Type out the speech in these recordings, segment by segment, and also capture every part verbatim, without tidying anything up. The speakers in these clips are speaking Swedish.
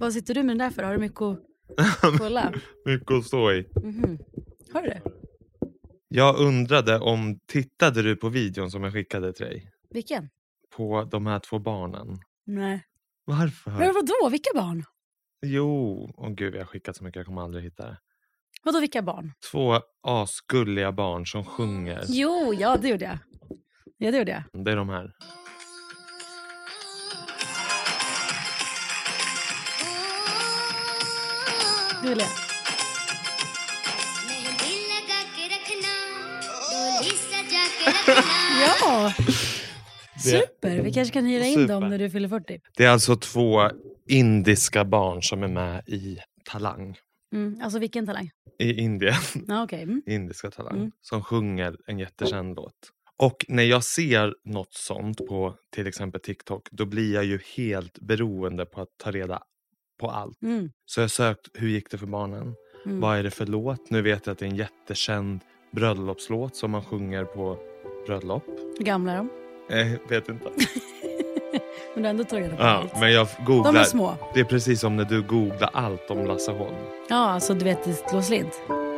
Vad sitter du med den där för? Har du mycket att kolla? Mycket att stå i. Mm-hmm. Har du det? Jag undrade om, tittade du på videon som jag skickade till dig? Vilken? På de här två barnen. Nej. Varför? Men vadå? Vilka barn? Jo, åh gud, jag har skickat så mycket, jag kommer aldrig hitta det. Vadå, vilka barn? Två asgulliga barn som sjunger. Jo, ja det gjorde jag. Ja, det gjorde jag. Det är de här. Gulliga. Ja! Super, vi kanske kan hyra in Super. dem när du fyller fyrtio. Det är alltså två indiska barn som är med i Talang. Mm, alltså vilken talang? I Indien. Ja, okej. Okay. Mm. Indiska Talang. Mm. Som sjunger en jättekänd låt. Och när jag ser något sånt på till exempel TikTok, då blir jag ju helt beroende på att ta reda på allt. Mm. Så jag sökt, hur gick det för barnen? Mm. Vad är det för låt? Nu vet jag att det är en jättekänd bröllopslåt som man sjunger på bröllop. Hur gamla är de? Eh, vet inte. Men du ändå tog det på ja, allt. Men jag googlar. De är små. Det är precis som när du googlar allt om Lasse Holm. Ja, alltså du vet, det slår slint.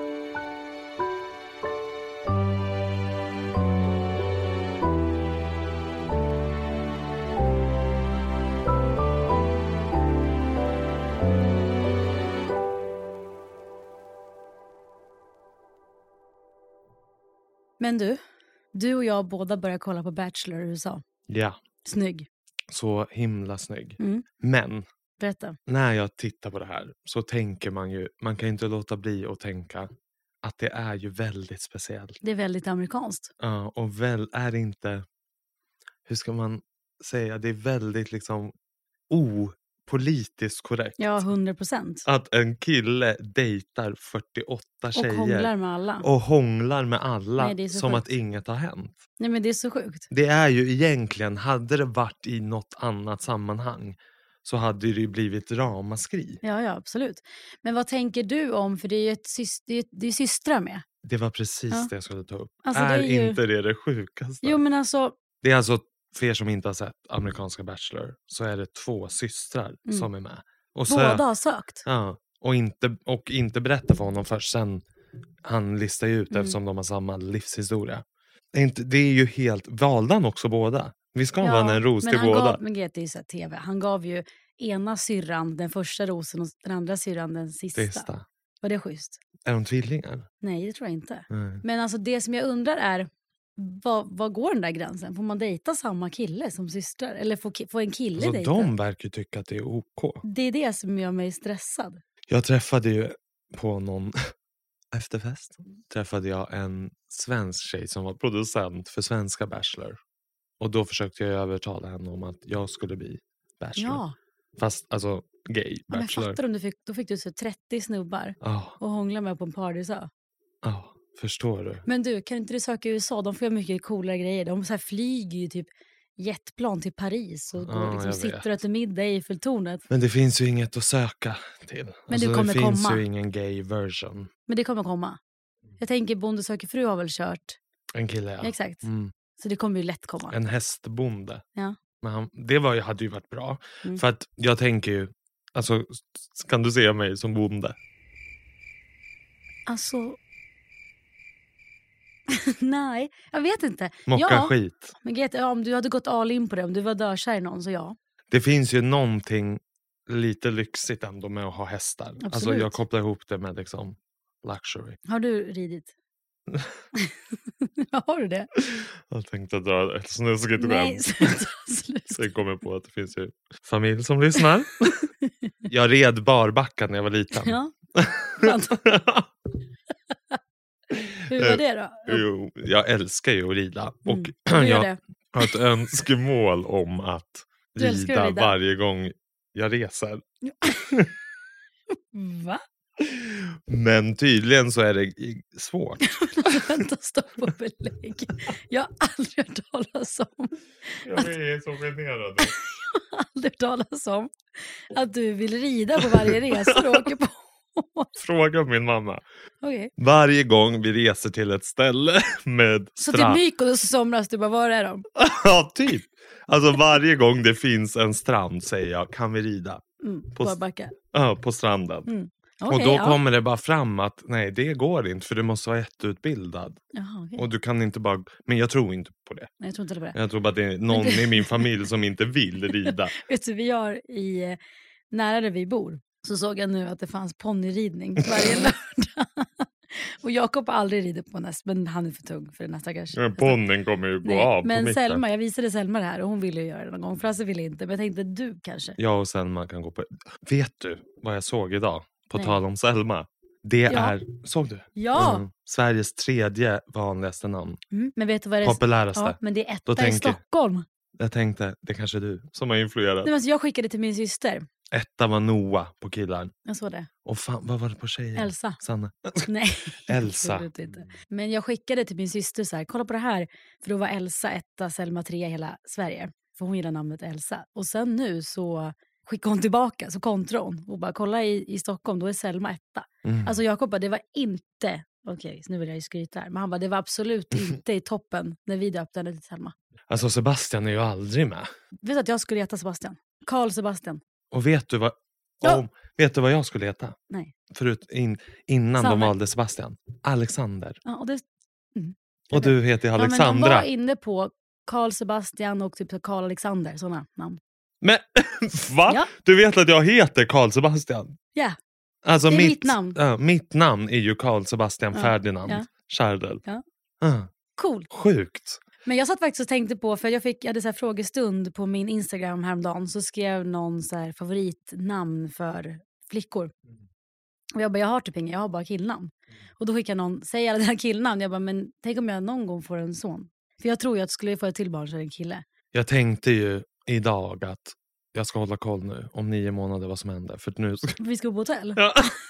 Men du, du och jag båda börjar kolla på Bachelor i U S A. Ja. Snygg. Så himla snygg. Mm. Men berätta. När jag tittar på det här så tänker man ju, man kan ju inte låta bli att tänka att det är ju väldigt speciellt. Det är väldigt amerikanskt. Ja, och väl är det inte, hur ska man säga, det är väldigt liksom opolitiskt korrekt. Ja, hundra procent. Att en kille dejtar fyrtioåtta tjejer. Och hånglar med alla. Och hånglar med alla. Nej, som sjukt. att inget har hänt. Nej, men det är så sjukt. Det är ju egentligen, hade det varit i något annat sammanhang så hade det ju blivit ramaskri. Ja, ja, absolut. Men vad tänker du om, för det är ju ett syst- det är, det är systrar med. Det var precis ja. det jag skulle ta upp. Alltså, är, det är ju... inte det det sjukaste? Jo, men alltså... Det är alltså, för er som inte har sett amerikanska Bachelor, så är det två systrar mm. som är med. Och så, båda har sökt. Ja, och inte, och inte berätta för honom först sen han listar ut mm. eftersom de har samma livshistoria. Det är, inte, det är ju helt, valde han också båda? Vi ska ja, vara en ros till båda. Gav, men det är ju så här tv. Han gav ju ena syrran den första rosen och den andra syrran den sista. sista. Var det schysst? Är de tvillingar? Nej, det tror jag inte. Mm. Men alltså det som jag undrar är, vad, vad går den där gränsen? Får man dejta samma kille som systrar? Eller får, får en kille alltså, dejta? De verkar tycka att det är ok. Det är det som gör mig stressad. Jag träffade ju på någon efterfest. Träffade jag en svensk tjej som var producent för svenska Bachelor. Och då försökte jag övertala henne om att jag skulle bli Bachelor. Ja. Fast alltså gay ja, Bachelor. Men fattar du om du fick, då fick du så trettio snubbar oh. och hångla med på en party så. Ja, oh, förstår du. Men du, kan inte du söka i U S A? De får mycket coolare grejer. De så här flyger ju typ jetplan till Paris och går, oh, liksom, sitter och äter middag i Eiffeltornet. Men det finns ju inget att söka till. Men alltså, du kommer det finns komma. ju ingen gay version. Men det kommer komma. Jag tänker Bonde söker fru har väl kört. En kille, ja. Exakt. Mm. Så det kommer ju lätt komma. En hästbonde. Ja. Men han, det var, hade ju varit bra. Mm. För att jag tänker ju, alltså kan du se mig som bonde? Alltså... Nej, jag vet inte. Mocka ja, skit. Men Greta, ja, om du hade gått all in på det, om du var dörskär i någon, så ja. Det finns ju någonting lite lyxigt ändå med att ha hästar. Absolut. Alltså jag kopplar ihop det med liksom luxury. Har du ridit? Har du det? Jag tänkte dra ett snuskigt Nej, skämt. Sen kom jag på att det finns ju familj som lyssnar. Jag red barbacka när jag var liten. Ja. Hur var det då? Jo, jag älskar ju att rida. Mm. Och jag jag har ett önskemål om att rida, att rida varje gång jag reser. Va? Men tydligen så är det svårt. Vänta, stopp och belägg. Jag har aldrig hört talas om... Jag är så generad. Jag har aldrig hört talas om att du vill rida på varje resa du åker på. Fråga min mamma. Okay. Varje gång vi reser till ett ställe med så strand. Så till Mykonos och somras, du bara, var är de? Ja, typ. Alltså varje gång det finns en strand säger jag, kan vi rida? Mm, på, Barbacka. Ja, på stranden. Mm. Okay, och då ja. kommer det bara fram att nej, det går inte. För du måste vara jätteutbildad. Jaha, okay. Och du kan inte bara... Men jag tror inte på det. Nej, jag tror inte på det. Jag tror bara att det är någon du... i min familj som inte vill rida. Vet du, vi har i... Nära där vi bor så såg jag nu att det fanns ponnyridning varje lördag. Och Jakob har aldrig ridit på en häst, men han är för tung för den här stackars. Ja, ponnyn kommer ju gå Nej, av men på Selma, jag visade Selma det här och hon ville ju göra det någon gång. Frasse ville inte, men jag tänkte du kanske. Jag och Selma kan gå på... Vet du vad jag såg idag? På Nej. tal om Selma. Det ja. är... Såg du? Ja! Mm. Sveriges tredje vanligaste namn. Mm, men vet du vad det är? Populäraste. Ja, men det är etta tänker... i Stockholm. Jag tänkte, det är kanske du som har influerat. Nej, alltså jag skickade till min syster. Etta var Noah på killar. Jag såg det. Och fan, vad var det på tjejer? Elsa. Sanna. Nej. Elsa. Men jag skickade till min syster så här, kolla på det här. För då var Elsa etta, Selma trea i hela Sverige. För hon gillar namnet Elsa. Och sen nu så skickade hon tillbaka, så kontra hon. Och bara kolla i, i Stockholm, då är Selma etta. Mm. Alltså Jakob bara, det var inte, okej okay, nu vill jag ju skryta här. Men han bara, det var absolut inte i toppen när vi döpte henne till Selma. Alltså Sebastian är ju aldrig med. Vet du att jag skulle heta Sebastian? Karl Sebastian. Och vet du vad, ja. om, vet du vad jag skulle heta? Nej. Förut, in, innan Samma. de valde Sebastian. Alexander. Ja, och det, mm, och du heter Alexandra. Ja, men de var inne på Karl Sebastian och typ Karl Alexander, sådana namn. Men va? Ja. Du vet att jag heter Karl Sebastian? Ja. Yeah. Alltså det är mitt, mitt namn. Äh, mitt namn är ju Karl Sebastian ja. Ferdinand ja. Kjärdel. Ja. Uh. Cool. Sjukt. Men jag satt faktiskt och tänkte på, för jag, fick, jag hade så här frågestund på min Instagram häromdagen, så skrev någon så här favoritnamn för flickor. Mm. Och jag bara, jag har typ inga, jag har bara killnamn. Mm. Och då skickade någon, säg alla dina killnamn. Jag bara, men tänk om jag någon gång får en son. För jag tror ju att skulle jag få ett till barn så är det en kille. Jag tänkte ju idag att jag ska hålla koll nu om nio månader vad som händer. För nu ska... Vi ska på hotell? Ja.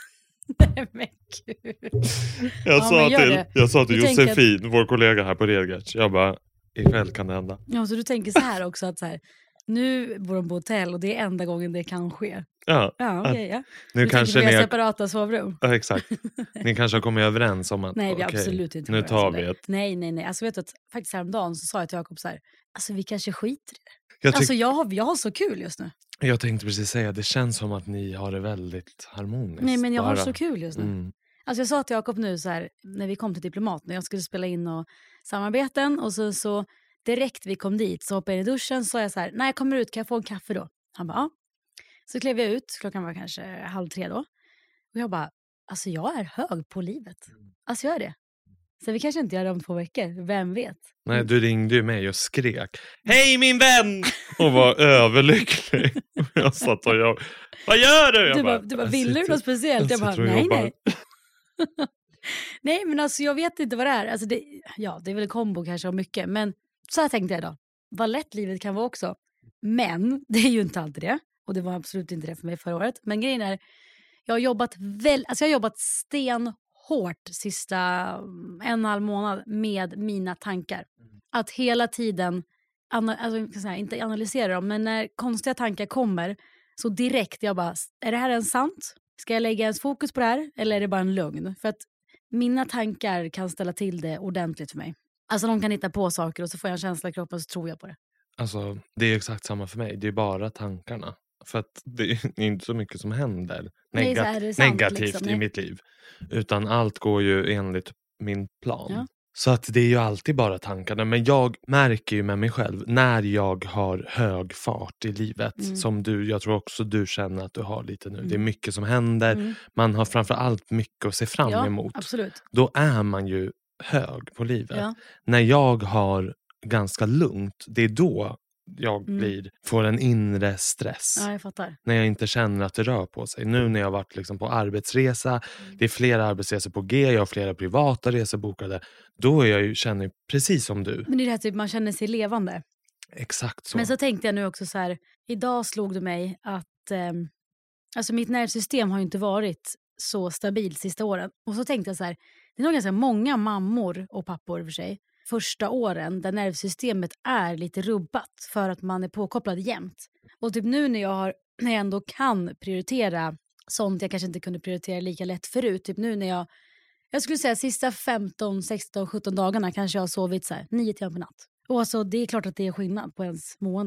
Nej men gud. Jag, ja, sa men till, jag sa till du Josefin, att... vår kollega här på Redgerts. Jag bara, ikväll kan det hända. Ja, så du tänker så här också att så här, nu bor de på hotell och det är enda gången det kan ske. Ja, ja okej. Okay, ja. Nu du kanske tänker ni har separata sovrum. Ja, exakt. Ni kanske har kommit överens om att nej, vi okay, absolut inte nu tar vi ett. Nej, nej, nej. Alltså vet du att faktiskt häromdagen så sa jag till Jakob så här, alltså vi kanske skiter i det. Jag tyck- alltså jag har, jag har så kul just nu. Jag tänkte precis säga, det känns som att ni har det väldigt harmoniskt. Nej, men jag bara. har så kul just nu. Mm. Alltså jag sa till Jakob nu så här, när vi kom till Diplomat, när jag skulle spela in och samarbeten och så, så direkt vi kom dit så hoppade jag in i duschen, så sa jag så här, när jag kommer ut kan jag få en kaffe då? Han bara, ja. Så klev jag ut, klockan var kanske halv tre då. Och jag bara, alltså jag är hög på livet. Alltså jag är det. Så vi kanske inte gör det om två veckor, vem vet? Nej, du ringde ju mig och skrek, hej min vän! Och var överlycklig. Jag satt och jag, vad gör du? Jag du bara, bara, du bara ville du något speciellt? Jag, jag bara, nej nej. Nej men alltså jag vet inte vad det är. Alltså det, ja, det är väl en kombo kanske av mycket. Men så här tänkte jag då. Vad lätt livet kan vara också. Men det är ju inte alltid det. Och det var absolut inte det för mig förra året. Men grejen är, jag har jobbat väl, alltså jag har jobbat stenhårt sista en och en halv månad med mina tankar. Att hela tiden, alltså, säga, inte analysera dem, men när konstiga tankar kommer så direkt jag bara, är det här en sant? Ska jag lägga ens fokus på det här? Eller är det bara en lögn? För att mina tankar kan ställa till det ordentligt för mig. Alltså de kan hitta på saker och så får jag en känsla i kroppen och så tror jag på det. Alltså det är exakt samma för mig. Det är bara tankarna. För att det är inte så mycket som händer nega- Nej, så är det sant, negativt liksom. i mitt liv. Utan allt går ju enligt min plan. Ja. Så att det är ju alltid bara tankarna. Men jag märker ju med mig själv när jag har hög fart i livet. Mm. Som du, jag tror också du känner att du har lite nu. Mm. Det är mycket som händer. Mm. Man har framförallt mycket att se fram ja, emot. Absolut. Då är man ju hög på livet. Ja. När jag har ganska lugnt, det är då jag mm. blir, får en inre stress. Ja, jag fattar. När jag inte känner att det rör på sig. Nu när jag har varit liksom på arbetsresa, mm. det är flera arbetsresor på G, jag har flera privata resor bokade. Då är jag ju, känner jag precis som du. Men det är det här typ, man känner sig levande. Exakt så. Men så tänkte jag nu också så här, idag slog det mig att eh, alltså mitt nervsystem har ju inte varit så stabilt sista åren. Och så tänkte jag så här, det är nog ganska många mammor och pappor för sig. Första åren där nervsystemet är lite rubbat för att man är påkopplad jämt. Och typ nu när jag, har, när jag ändå kan prioritera sånt jag kanske inte kunde prioritera lika lätt förut. Typ nu när jag, jag skulle säga sista femton, sexton, sjutton dagarna kanske jag har sovit så här nio timmar på natt. Och alltså det är klart att det är skillnad på ens mående.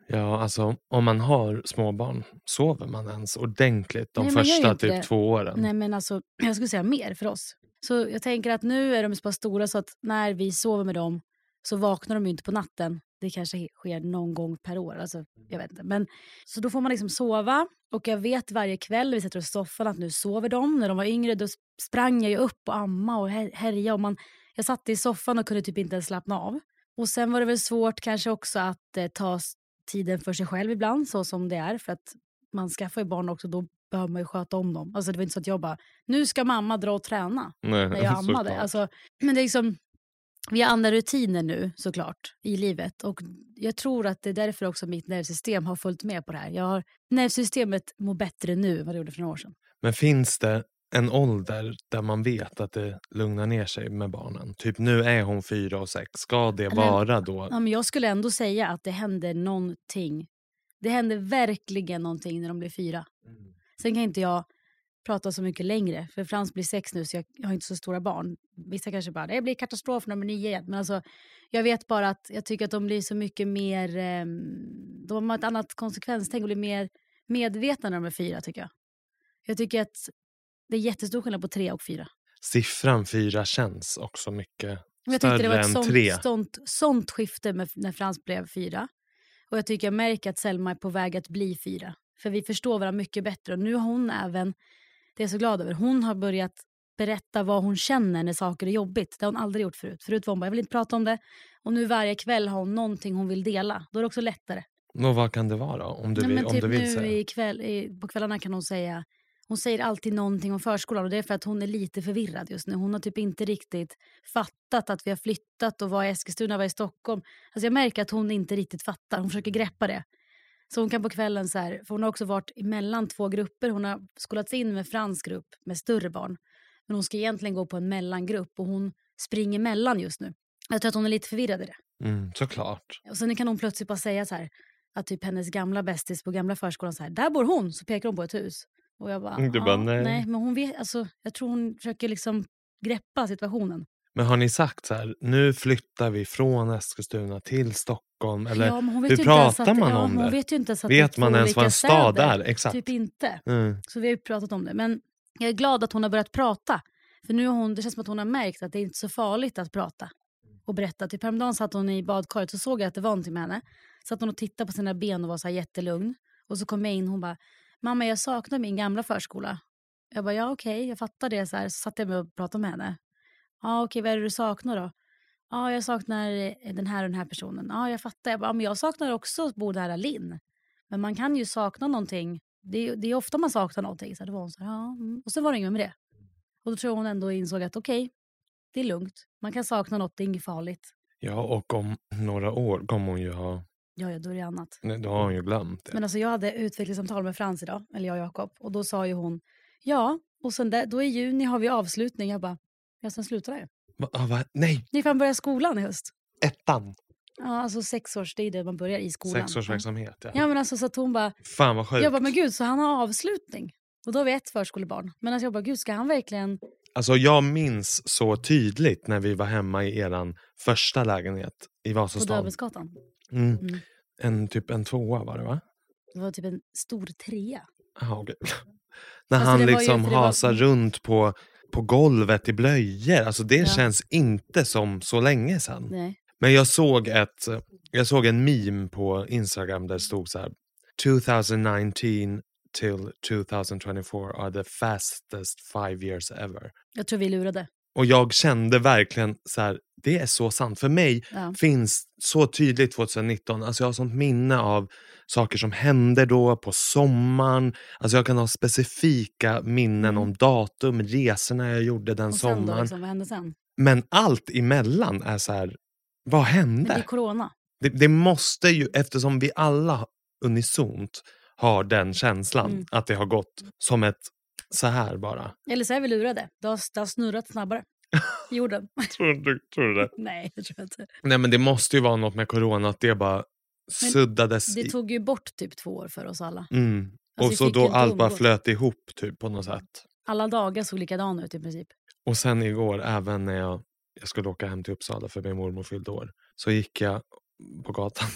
Ja, alltså om man har småbarn, sover man ens ordentligt de Nej, man gör ju första inte typ det. två åren? Nej, men alltså, jag skulle säga mer för oss. Så jag tänker att nu är de så pass stora så att när vi sover med dem så vaknar de ju inte på natten. Det kanske sker någon gång per år. Alltså, jag vet inte. Men, så då får man liksom sova. Och jag vet varje kväll vi sätter oss i soffan att nu sover de. När de var yngre då sprang jag ju upp och amma och här- härja. Och man, jag satt i soffan och kunde typ inte ens slappna av. Och sen var det väl svårt kanske också att eh, ta s- tiden för sig själv ibland. Så som det är. För att man skaffar ju barn också. Då behöver man ju sköta om dem. Alltså det var inte så att jag bara, nu ska mamma dra och träna. Nej, När jag ammade. såklart. Alltså, men det är liksom, vi har andra rutiner nu såklart i livet. Och jag tror att det är därför också mitt nervsystem har följt med på det här. Jag har, nervsystemet mår bättre nu än vad det gjorde för några år sedan. Men finns det en ålder där man vet att det lugnar ner sig med barnen? Typ nu är hon fyra och sex. Ska det Eller- vara då? Ja, men jag skulle ändå säga att det händer någonting. Det händer verkligen någonting när de blir fyra. Sen kan inte jag prata så mycket längre. För Frans blir sex nu så jag, jag har inte så stora barn. Vissa kanske bara, det blir katastrof nummer nio igen. Men alltså, jag vet bara att jag tycker att de blir så mycket mer, eh, de har ett annat konsekvenstänk och blir mer medvetna när de är fyra tycker jag. Jag tycker att det är jättestor skillnad på tre och fyra. Siffran fyra känns också mycket Men jag tyckte det var större ett än sånt, tre. sånt, sånt skifte med, när Frans blev fyra. Och jag tycker jag märker att Selma är på väg att bli fyra. För vi förstår varandra mycket bättre. Och nu har hon även, det är jag så glad över, hon har börjat berätta vad hon känner när saker är jobbigt. Det har hon aldrig gjort förut. Förut var hon bara, jag vill inte prata om det. Och nu varje kväll har hon någonting hon vill dela. Då är det också lättare. Och vad kan det vara om du Nej, vill, men om typ du vill nu säga? i kväll, i, på kvällarna kan hon säga, hon säger alltid någonting om förskolan. Och det är för att hon är lite förvirrad just nu. Hon har typ inte riktigt fattat att vi har flyttat och var i Eskilstuna, var i Stockholm. Alltså jag märker att hon inte riktigt fattar. Hon försöker greppa det. Så hon kan på kvällen så här, för hon har också varit emellan två grupper. Hon har skolats in med Frans grupp med större barn. Men hon ska egentligen gå på en mellangrupp och hon springer mellan just nu. Jag tror att hon är lite förvirrad i det. Mm, såklart. Och sen kan hon plötsligt bara säga så här, att typ hennes gamla bästis på gamla förskolan så här, där bor hon, så pekar hon på ett hus. Och jag bara, Du ja, bara, nej. nej, men hon vet, alltså, jag tror hon försöker liksom greppa situationen. Men har ni sagt så här, nu flyttar vi från Eskilstuna till Stockholm? Eller ja, men hon vet hur ju inte ens pratar att, man ja, om hon det? vet ju inte ens att Vet det är man två ens vad olika en stad städer. är? Exakt. Typ inte. Mm. Så vi har ju pratat om det. Men jag är glad att hon har börjat prata. För nu har hon, det känns som att hon har märkt att det är inte så farligt att prata. Och berätta. Typ häromdagen satt hon i badkaret så såg jag att det var någonting med henne. Satt hon och tittade på sina ben och var så här jättelugn. Och så kom jag in och hon bara, mamma jag saknar min gamla förskola. Jag bara, ja okej, okay, jag fattar det. Så, här, så satt jag med och pratade med henne. Ja okej, okay, vad är det du saknar då? Ja, jag saknar den här och den här personen. Ja, jag fattar. Jag bara, men jag saknar också att bo nära Linn. Men man kan ju sakna någonting. Det är, det är ofta man saknar någonting. Så det var hon så här, ja. Mm. Och så var det inget med det. Och då tror jag hon ändå insåg att okej, okay, det är lugnt. Man kan sakna något, det är inget farligt. Ja, och om några år kommer hon ju ha... Ja, ja, då är det annat. Nej, då har hon ju glömt det. Men alltså jag hade utvecklingssamtal med Frans idag. Eller jag och Jakob. Och då sa ju hon, ja. Och sen där, då i juni har vi avslutning. Jag bara, ja sen slutar det. Va, va, nej, Ni får börja skolan i höst. ettan. Ja, alltså sex års, det är det man börjar i skolan. Sexårsverksamhet, ja. Ja, men alltså så att hon bara, Fan vad sjukt. jag bara, men gud, så han har avslutning. Och då har vi ett förskolebarn. Men alltså jag bara, gud, ska han verkligen... Alltså jag minns så tydligt när vi var hemma i eran första lägenhet i På Vasastan. Döbeldsgatan. Mm. Mm. En typ en tvåa var det, va? Det var typ en stor trea. Aha, okay. När Alltså, han det var ju- liksom för det var- hasar runt på, på golvet i blöjor. Alltså det Ja. känns inte som så länge sedan. Nej. Men jag såg ett jag såg en meme på Instagram där det stod så här: tjugo nitton till tjugo tjugofyra are the fastest five years ever. Jag tror vi lurade. Och jag kände verkligen så här, det är så sant. För mig Ja. finns så tydligt tjugonitton. Alltså jag har sånt minne av saker som hände då på sommaren. Alltså jag kan ha specifika minnen Mm. om datum, resorna jag gjorde den Och sen då, sommaren. liksom, vad hände sen? Men allt emellan är så här, vad Men hände? det är corona. Det, det måste ju, eftersom vi alla unisont har den känslan Mm. att det har gått som ett så här bara. Eller så är vi lurade. Det har, det har snurrat snabbare. I jorden. Tror du, tror du det? Nej, det tror jag inte. Nej, men det måste ju vara något med corona att det bara Men suddades Det i. tog ju bort typ två år för oss alla. Mm. Alltså, Och vi så fick ju då inte allt bara umgås. flöt ihop typ på något sätt. Alla dagar såg likadana ut i princip. Och sen igår, även när jag, jag skulle åka hem till Uppsala för min mormor fyllde år, så gick jag på gatan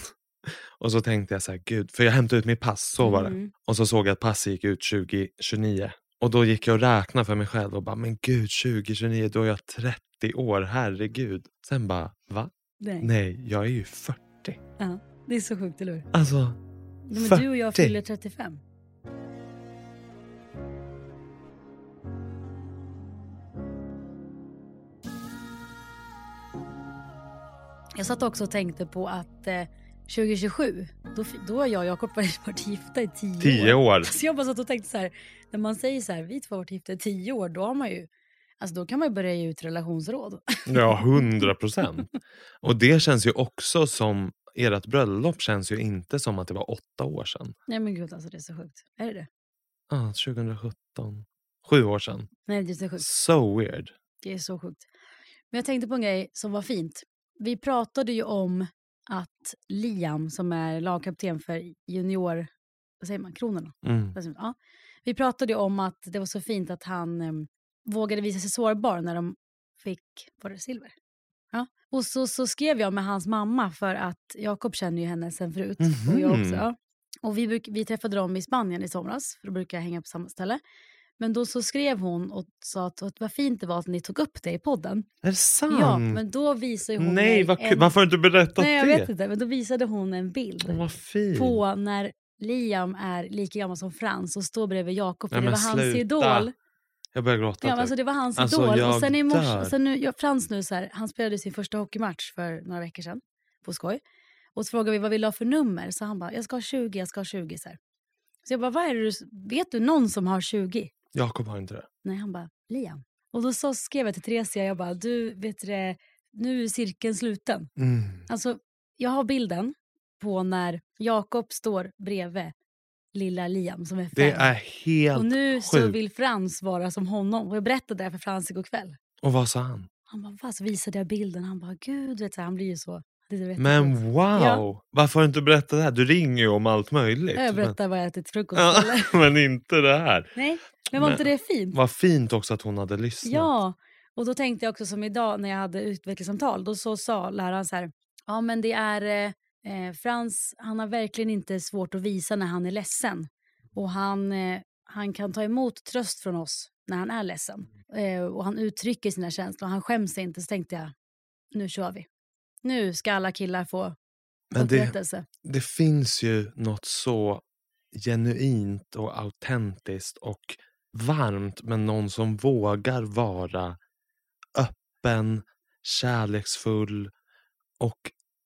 Och så tänkte jag så här, gud, för jag hämtade ut mitt pass, så var det. Mm. Och så såg jag att passet gick ut tjugo tjugonio. Och då gick jag och räknade för mig själv och bara, men gud, tjugo tjugonio, då är jag trettio år, herregud. Sen bara, va? Nej. Nej, jag är ju fyrtio. Ja, det är så sjukt, eller hur? Alltså, Men fyrtio. du och jag fyller trettiofem. Jag satt också och tänkte på att eh, tjugo tjugosju, då, då har jag och Jakob varit gifta i tio, Tio år. Så jag bara satt och tänkte så här, när man säger så här, vi två har varit gifta i tio år, då har man ju, alltså då kan man ju börja ge ut relationsråd. Ja, hundra procent. Och det känns ju också som, ert bröllop känns ju inte som att det var åtta år sedan. Nej men gud, alltså det är så sjukt. Är det det? Ja, ah, tjugohundrasjutton. Sju år sedan. Nej, det är så sjukt. So weird. Det är så sjukt. Men jag tänkte på en grej som var fint. Vi pratade ju om att Liam, som är lagkapten för junior, vad säger man, kronorna? Mm. Ja. Vi pratade ju om att det var så fint att han eh, vågade visa sig sårbar när de fick, var det silver? Ja. Och så, så skrev jag med hans mamma, för att Jakob känner ju henne sen förut. Mm-hmm. Och jag också. Ja. Och vi, bruk, vi träffade dem i Spanien i somras, för då brukar jag hänga på samma ställe. Men då så skrev hon och sa att, att vad fint det var att ni tog upp det i podden. Är det sant? Ja, men då visade hon Nej, mig vad en... varför har du inte berättat Nej, jag det? vet inte, men då visade hon en bild. Oh, vad fint. På när Liam är lika gammal som Frans och står bredvid Jakob, för Nej, det var hans sluta. idol. Jag börjar gråta. Ja, typ. alltså det var hans Alltså, idol. jag Och sen i morse, dör. och sen nu, ja, Frans nu så här, han spelade sin första hockeymatch för några veckor sedan på skoj. Och så frågade vi vad vill du ha för nummer, så han bara, jag ska ha tjugo, jag ska ha tjugo så här. Så jag bara, vad är det du, vet du någon som har tjugo? Jakob har inte det. Nej, han bara, Liam. Och då så skrev jag till Theresia, jag bara, du vet det, nu är cirkeln sluten. Mm. Alltså, jag har bilden på när Jakob står bredvid lilla Liam som är fem. Det är helt Och nu sjukt. så vill Frans vara som honom. Och jag berättade det för Frans igår kväll. Och vad sa han? Han bara, vad? Så visade jag bilden. Han bara, gud, vet du, han blir ju så. Det är Men wow! Ja. Varför har du inte berättat det här? Du ringer ju om allt möjligt. Jag berättar vad jag ätit frukost. Ja, Eller? men inte det här. Nej, men var Men- inte det fint? Vad fint också att hon hade lyssnat. Ja, och då tänkte jag också som idag när jag hade utvecklingssamtal. Då så sa läraren så här, ja men det är eh, Frans, han har verkligen inte svårt att visa när han är ledsen. Och han, eh, han kan ta emot tröst från oss när han är ledsen. Eh, och han uttrycker sina känslor, han skäms inte. Så tänkte jag, nu kör vi. Nu ska alla killar få Men det, upprättelse. det finns ju något så genuint och autentiskt och varmt med någon som vågar vara öppen, kärleksfull och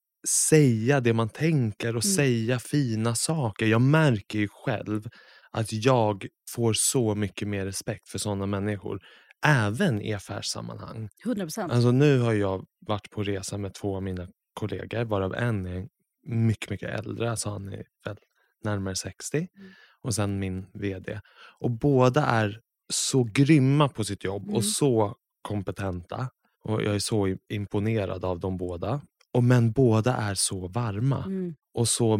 säga det man tänker och Mm. säga fina saker. Jag märker ju själv att jag får så mycket mer respekt för sådana människor, även i affärssammanhang. hundra procent. Alltså nu har jag varit på resa med två av mina kollegor, varav en är mycket, mycket äldre, alltså han är väl närmare sextio, Mm. och sen min vd. Och båda är så grymma på sitt jobb Mm. och så kompetenta. Och jag är så imponerad av dem båda. Och men båda är så varma Mm. och så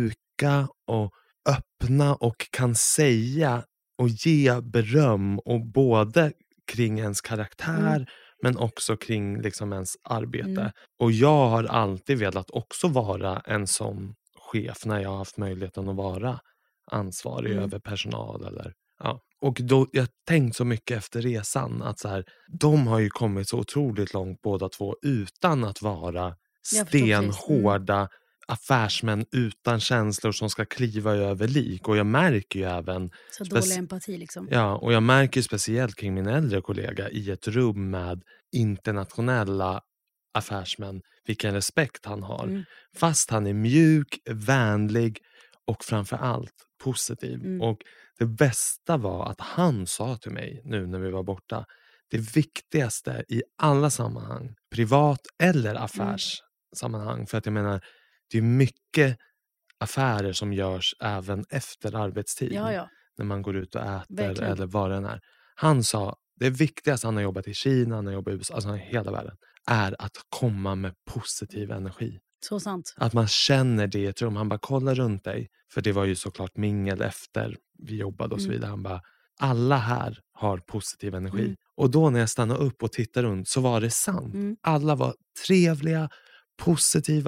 mjuka och öppna och kan säga och ge beröm, och både kring ens karaktär Mm. men också kring liksom ens arbete. Mm. Och jag har alltid velat också vara en sån chef när jag har haft möjligheten att vara ansvarig Mm. över personal. Eller, ja. Och då, jag har tänkt så mycket efter resan att så här, de har ju kommit så otroligt långt båda två utan att vara Jag förstår precis. stenhårda affärsmän utan känslor som ska kliva över lik. Och jag märker ju även Så Spec- dålig empati liksom. Ja, och jag märker speciellt kring min äldre kollega i ett rum med internationella affärsmän vilken respekt han har. Mm. Fast han är mjuk, vänlig och framförallt positiv. Mm. Och det bästa var att han sa till mig nu när vi var borta, det viktigaste i alla sammanhang, privat eller affärssammanhang, för att jag menar, det är mycket affärer som görs även efter arbetstid. Ja, ja. När man går ut och äter Verkligen. eller vad det än är. Han sa, det viktigaste, han har jobbat i Kina, han har jobbat i U S A, alltså i hela världen, är att komma med positiv energi. Så sant. Att man känner det i ett rum. Han bara, kolla runt dig. För det var ju såklart mingel efter vi jobbade och så Mm. vidare. Han bara, alla här har positiv energi. Mm. Och då när jag stannade upp och tittade runt så var det sant. Mm. Alla var trevliga, positiva,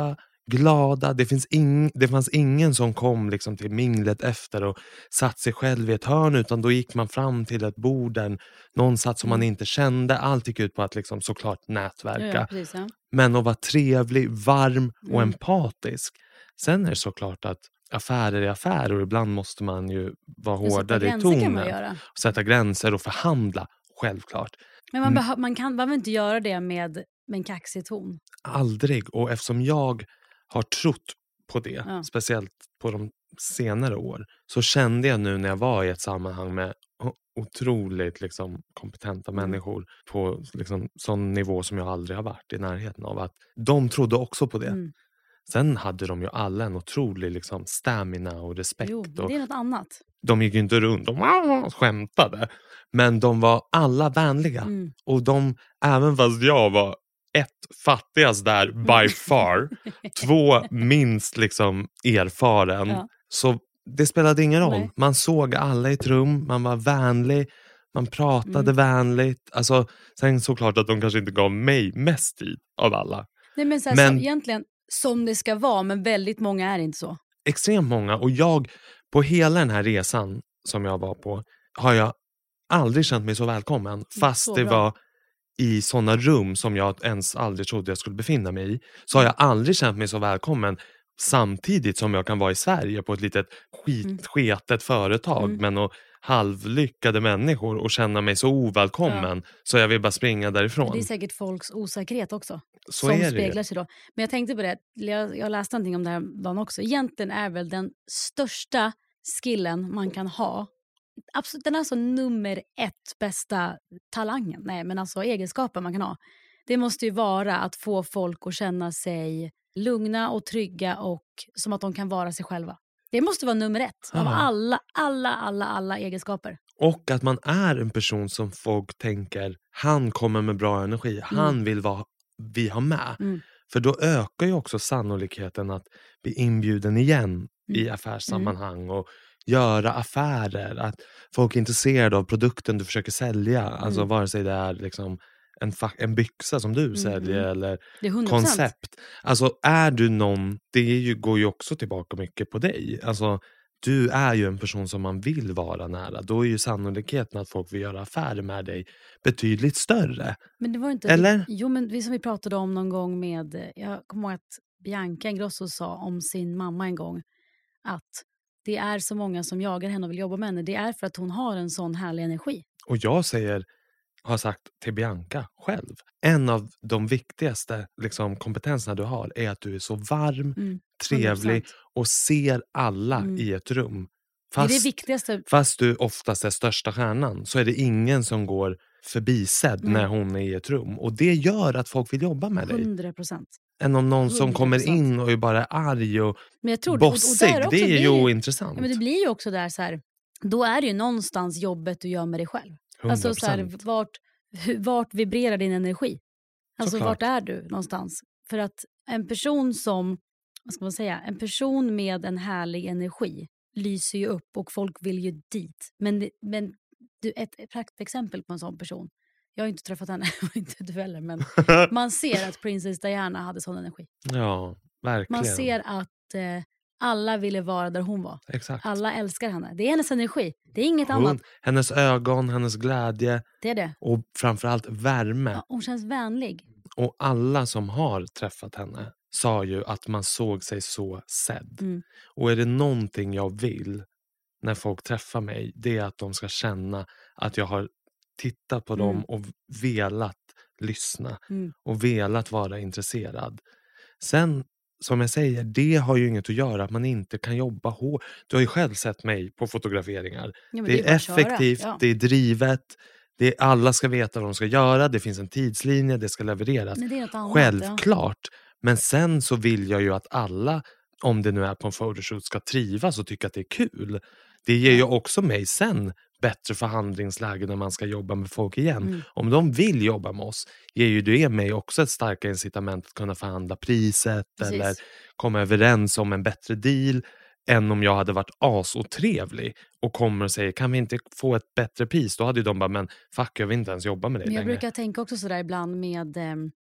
glada. Det, finns ing, det fanns ingen som kom liksom till minglet efter och satt sig själv i ett hörn, utan då gick man fram till ett bord där någon satt som Mm. man inte kände. Allt gick ut på att liksom såklart nätverka. Ja, ja, precis, ja. Men att vara trevlig, varm och Mm. empatisk. Sen är det såklart att affärer är affärer och ibland måste man ju vara Ja, sätta hårdare i gränser kan man tonen. göra. Sätta gränser och förhandla, självklart. Men man, Mm. behö- man kan behöver inte göra det med, med en kaxig ton. Aldrig. Och eftersom jag har trott på det, Ja. speciellt på de senare år, så kände jag nu när jag var i ett sammanhang med o- otroligt liksom, kompetenta Mm. människor på liksom, sån nivå som jag aldrig har varit i närheten av, att de trodde också på det. Mm. Sen hade de ju alla en otrolig liksom, stamina och respekt. Jo, men och det är något annat. de gick ju inte runt och skämtade. Men de var alla vänliga. Mm. Och de, även fast jag var ett fattigast där by far, två minst liksom erfaren, Ja. så det spelade ingen roll. Nej. Man såg alla i ett rum, man var vänlig, man pratade Mm. vänligt. Alltså, sen såklart att de kanske inte gav mig mest tid av alla. Nej, men så här, Men- så, egentligen som det ska vara, men väldigt många är inte så. Extremt många, och jag på hela den här resan som jag var på har jag aldrig känt mig så välkommen, fast så det bra. var i såna rum som jag ens aldrig trodde jag skulle befinna mig i, så har jag aldrig känt mig så välkommen samtidigt som jag kan vara i Sverige på ett litet skitsketet företag Mm. med några halvlyckade människor och känna mig så ovälkommen så jag vill bara springa därifrån. Det är säkert folks osäkerhet också. Så som är det. speglar sig då. Men jag tänkte på det, jag, jag läste någonting om det här dagen också. Egentligen är väl den största skillen man kan ha, absolut, den är alltså nummer ett bästa talangen, nej men alltså egenskapen man kan ha. Det måste ju vara att få folk att känna sig lugna och trygga och som att de kan vara sig själva. Det måste vara nummer ett av Ja. alla, alla, alla, alla egenskaper. Och att man är en person som folk tänker, han kommer med bra energi, han vill vara, vi har med. Mm. För då ökar ju också sannolikheten att bli inbjuden igen Mm. i affärssammanhang och göra affärer. Att folk är intresserade av produkten du försöker sälja. Alltså vare sig det är liksom en, fa- en byxa som du säljer eller Det är hundra procent. koncept. Alltså är du någon, det är ju, går ju också tillbaka mycket på dig. Alltså du är ju en person som man vill vara nära. Då är ju sannolikheten att folk vill göra affärer med dig betydligt större. Men det var inte Eller? Jo, men vi som vi pratade om någon gång med, jag kommer ihåg att Bianca Ingrosso sa om sin mamma en gång att det är så många som jagar henne och vill jobba med henne. Det är för att hon har en sån härlig energi. Och jag säger, har sagt till Bianca själv, en av de viktigaste liksom, kompetenserna du har är att du är så varm, Mm, trevlig hundra procent. och ser alla Mm. i ett rum. Det är Fast, det viktigaste. fast du oftast är största stjärnan så är det ingen som går förbisedd Nej. när hon är i ett rum. Och det gör att folk vill jobba med dig. hundra procent. Än om någon som hundra kommer procent. in och är bara arg och Men jag tror och, och bossig. där också Det är blir ju det- ointressant. Ja, men det blir ju också där så här, då är det ju någonstans jobbet du gör med dig själv. Alltså så här, hundra procent. vart, hur- vart vibrerar din energi? Alltså Såklart. vart är du någonstans? För att en person som, vad ska man säga, en person med en härlig energi lyser ju upp och folk vill ju dit. Men, det- men du, ett, ett praktexempel på en sån person. Jag har inte träffat henne, och inte du heller, men man ser att Princess Diana hade sån energi. Ja, verkligen. Man ser att eh, alla ville vara där hon var. Exakt. Alla älskar henne. Det är hennes energi. Det är inget Hon, annat. hennes ögon, hennes glädje Det är det. och framförallt värme. Ja, hon känns vänlig. Och alla som har träffat henne sa ju att man såg sig så sedd. Mm. Och är det någonting jag vill när folk träffar mig, det är att de ska känna att jag har tittat på dem Mm. och velat lyssna Mm. och velat vara intresserad. Sen, som jag säger, det har ju inget att göra att man inte kan jobba hårt. Du har ju själv sett mig på fotograferingar. Ja, men det är, bara att köra. effektivt, Ja. det är drivet, det är, alla ska veta vad de ska göra, det finns en tidslinje, det ska levereras. Men det är något annat. Självklart. Men sen så vill jag ju att alla, om det nu är på en photoshoot, ska trivas och tycka att det är kul. Det ger ju också mig sen bättre förhandlingsläge när man ska jobba med folk igen. Mm. Om de vill jobba med oss ger ju det mig också ett starkare incitament att kunna förhandla priset Precis. eller komma överens om en bättre deal än om jag hade varit asotrevlig och kommer och säger, kan vi inte få ett bättre pris? Då hade ju de bara, men fuck, jag vill inte ens jobba med dig Men jag längre. brukar tänka också sådär ibland med, eh,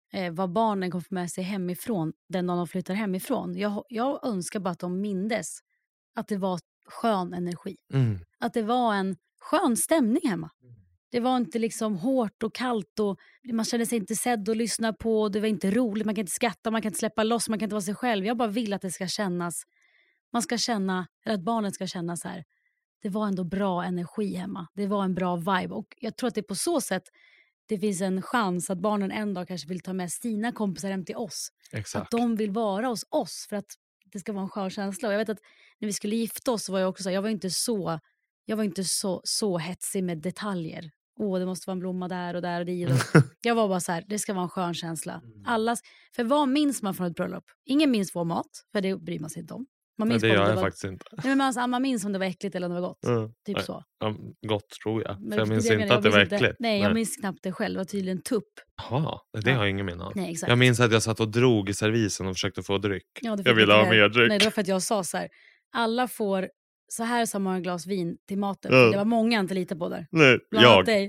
eh, vad barnen kommer få med sig hemifrån den dagen de flyttar hemifrån. Jag, jag önskar bara att de mindes att det var skön energi. Mm. Att det var en skön stämning hemma. Det var inte liksom hårt och kallt och man kände sig inte sedd och lyssna på. Det var inte roligt, man kan inte skratta, man kan inte släppa loss, man kan inte vara sig själv. Jag bara vill att det ska kännas, man ska känna, eller att barnen ska känna så här. Det var ändå bra energi hemma. Det var en bra vibe och jag tror att det är på så sätt det finns en chans att barnen en dag kanske vill ta med sina kompisar hem till oss. Exakt. Att de vill vara hos oss för att det ska vara en skön känsla. Och jag vet att när vi skulle gifta oss så var jag också så här, jag var inte så jag var inte så, så hetsig med detaljer. Åh, det måste vara en blomma där och där och dit. Jag var bara så här, det ska vara en skön känsla. Allas, för vad minns man från ett bröllop? Ingen minns vår mat, för det bryr man sig inte om. Man minns Nej, det bara om gör jag var, faktiskt inte. Nej, men man, man minns om det var äckligt eller om det var gott. Mm. Typ Nej. så. Ja, gott tror jag. Men För jag det- minns det- inte jag att det var minns inte- äckligt. Nej, jag minns knappt det själv. Det var tydligen tupp. Jaha, det Ja. har jag ingen minne av. Nej, exakt. Jag minns att jag satt och drog i servisen och försökte få dryck. Ja, det fick Jag ville inte ha det. mer dryck. Nej, det var för att jag sa så här. Alla får så här så många glas vin till maten. Mm. För det var många inte lite på där. Nej, Bland annat jag. dig.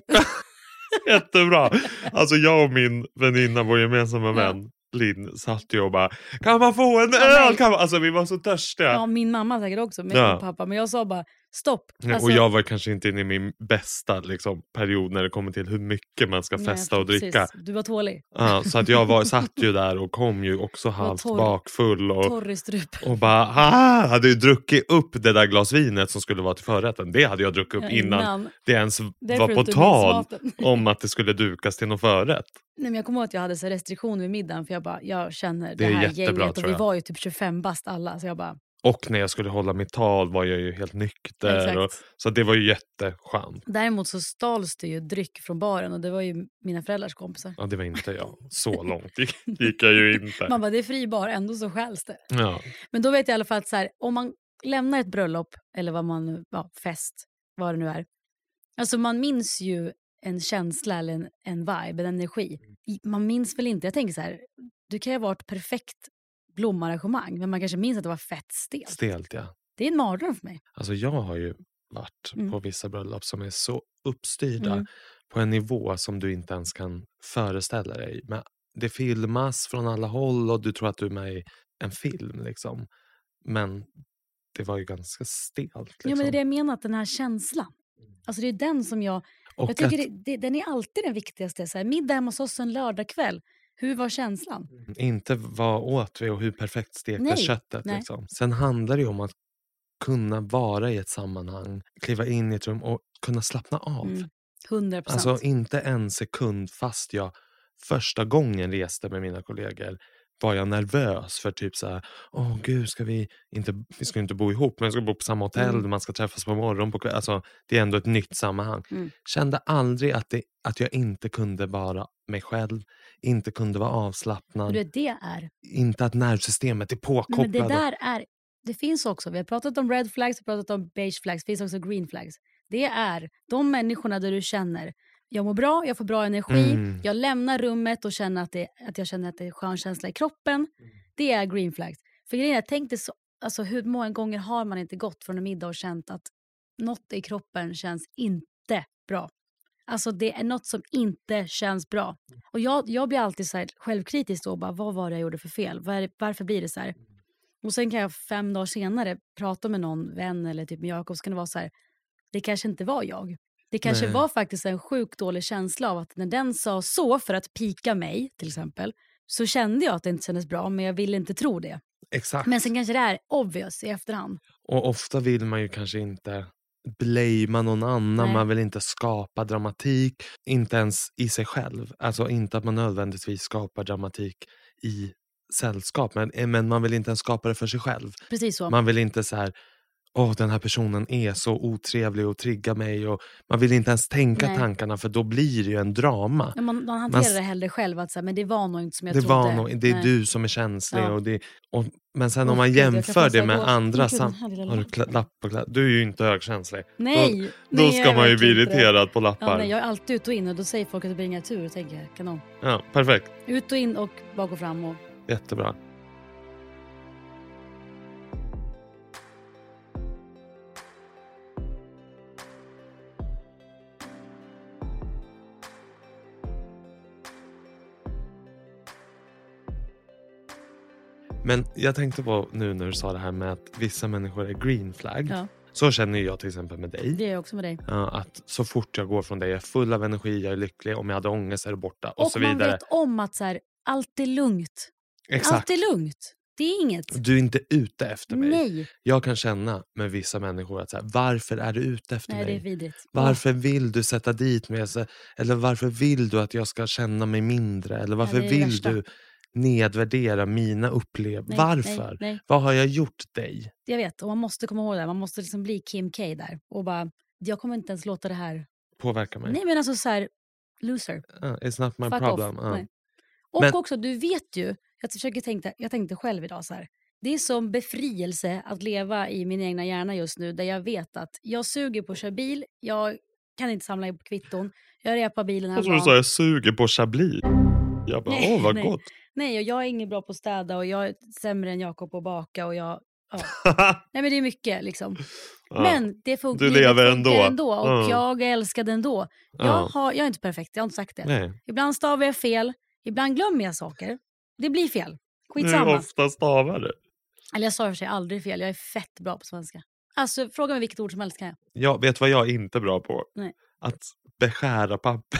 Jättebra. Alltså jag och min väninna, vår gemensamma Ja. vän Linn, satt ju och bara, kan man få en Ja, öl? nej. Kan man? Alltså vi var så törstiga. Ja, min mamma säkert också. Min Ja. pappa. Men jag sa bara, stopp. Ja, Alltså, och jag var kanske inte inne i min bästa liksom, period när det kommer till hur mycket man ska nej, festa och precis. dricka. Du var tålig. Ja, så att jag var, satt ju där och kom ju också halvt torr. bakfull. Och, Torr i strupen. och bara, ah, hade ju druckit upp det där glas vinet som skulle vara till förrätten. Det hade jag druckit upp Ja, innan, innan. det ens Därför var du på inte tal minns maten. om att det skulle dukas till någon förrätt. Nej, men jag kommer ihåg att jag hade så restriktioner vid middagen. För jag bara, jag känner det, Det är här jättebra, gänget. Och tror vi jag. var ju typ tjugofem bast alla. Så jag bara, Och när jag skulle hålla mitt tal var jag ju helt nykter. Exakt. Och, så det var ju jätteskönt. däremot så stals det ju dryck från baren. Och det var ju mina föräldrars kompisar. Ja, det var inte jag. Så långt gick, gick jag ju inte. Man bara, det är fri bar, ändå så stjäls det. Ja. Men då vet jag i alla fall att så här, om man lämnar ett bröllop eller vad man nu, ja, fest, vad det nu är. Alltså man minns ju en känsla eller en, en vibe, en energi. I- Man minns väl inte, jag tänker så här, du kan ju ha varit perfekt blomarrangemang, men man kanske minns att det var fett stelt. Stelt, ja. Det är en mardröm för mig. Alltså jag har ju varit Mm. på vissa bröllop som är så uppstyrda Mm. på en nivå som du inte ens kan föreställa dig. Men det filmas från alla håll och du tror att du är med i en film liksom. Men det var ju ganska stelt. Liksom. Ja, men det är det jag menar, att den här känslan. Alltså det är den som jag... och jag tycker att det, det, den är alltid den viktigaste. Så här, middag hemma hos oss en lördagkväll. Hur var känslan? inte vad åt vi och hur perfekt stektes Nej, köttet. nej. Liksom. Sen handlar det ju om att kunna vara i ett sammanhang, kliva in i ett rum och kunna slappna av. Mm. hundra procent. Alltså inte en sekund fast jag första gången reste med mina kollegor var jag nervös för typ så här, åh gud, ska vi inte, vi ska inte bo ihop, men vi ska bo på samma hotell, Mm. man ska träffas på morgon, på kväll. Alltså det är ändå ett nytt sammanhang. Mm. Kände aldrig att, det, att jag inte kunde vara mig själv, inte kunde vara avslappnad, Och det, det är... inte att nervsystemet är Nej, påkopplat. men det där är... Det finns också, vi har pratat om red flags, vi har pratat om beige flags, det finns också green flags. Det är de människorna där du känner, jag mår bra, jag får bra energi, Mm. jag lämnar rummet och känner att, det, att jag känner att det är skön känsla i kroppen. Det är green flags. För grejen är, tänk dig så, alltså hur många gånger har man inte gått från en middag och känt att något i kroppen känns inte bra. Alltså det är något som inte känns bra. Och jag, jag blir alltid så här självkritisk då, bara, vad var det jag gjorde för fel? Var, varför blir det så här? Och sen kan jag fem dagar senare prata med någon vän eller typ med Jakob, så kan det vara så här, det kanske inte var jag. Det kanske Nej. var faktiskt en sjukt dålig känsla av att när den sa så för att pika mig till exempel, så kände jag att det inte kändes bra, men jag ville inte tro det. Exakt. Men sen kanske det är obvious i efterhand. Och ofta vill man ju kanske inte blamea någon annan, Nej. man vill inte skapa dramatik, inte ens i sig själv. Alltså inte att man nödvändigtvis skapar dramatik i sällskap, men, men man vill inte ens skapa det för sig själv. Precis så. Man vill inte så här, åh den här personen är så otrevlig och triggar mig, och man vill inte ens tänka Nej. tankarna, för då blir det ju en drama. Ja, man, man hanterar Man- det hellre själv, att så här, men det var nog inte som jag det, trodde. var nog, det är Nej. du som är känslig. Ja. Och det, och, men sen Åh, om man gud, jag kan jämför få så det här med gå- andra Åh, gud, sam- den här lilla har du lappen. kla- lapp på klapp? Du är ju inte högkänslig. Nej, Då, nej, då jag ska är man ju bli verkligen inte det. irriterad på lappar. Ja, nej, jag är alltid ut och in och då säger folk att det blir inga tur, och tänker jag, kanon. Ja, perfekt. Ut och in och bak och fram. Och... Jättebra. Men jag tänkte på nu när du sa det här med att vissa människor är green flag. Ja. Så känner jag till exempel med dig. Det är jag också med dig. Ja, att så fort jag går från dig, jag är full av energi, jag är lycklig. Om jag hade ångest är det borta. Och, Och så man vidare. vet om att så här, allt är lugnt. Exakt. Allt är lugnt. Det är inget. Du är inte ute efter mig. Nej. Jag kan känna med vissa människor att så här, varför är du ute efter Nej, mig? det är vidrigt. Varför vill du sätta dit mig? Så- Eller varför vill du att jag ska känna mig mindre? Eller varför det är det vill värsta. du nedvärdera mina upplevelser? Nej, Varför? Nej, nej. Vad har jag gjort dig? Jag vet, och man måste komma ihåg det. Man måste liksom bli Kim K där. Och bara, jag kommer inte ens låta det här... Påverka mig. Nej, men alltså så här, loser. Uh, it's not my Fuck problem. off. Uh. Nej. Och Men- också, du vet ju, jag försöker tänka, jag tänkte själv idag så här. Det är som befrielse att leva i min egna hjärna just nu, där jag vet att jag suger på att köra bil, jag kan inte samla ihop kvitton, jag repar bilen här Jag tror du sa jag suger på chablis. Jag bara, Nej, åh vad nej. gott. Nej, och jag är ingen bra på att städa och jag är sämre än Jakob på att baka och jag... Ja. Nej, men det är mycket liksom. Ja. Men det funkar, Du lever det funkar ändå. ändå och Ja. jag älskar det ändå. Jag, Ja. har, jag är inte perfekt, jag har inte sagt det. Nej. Ibland stavar jag fel, ibland glömmer jag saker. Det blir fel. Hur Skitsamma. ofta stavar du? Eller jag sa för sig aldrig fel, jag är fett bra på svenska. Alltså, fråga mig vilket ord som helst kan jag. Jag vet vad jag är inte bra på? Nej. Att beskära papper.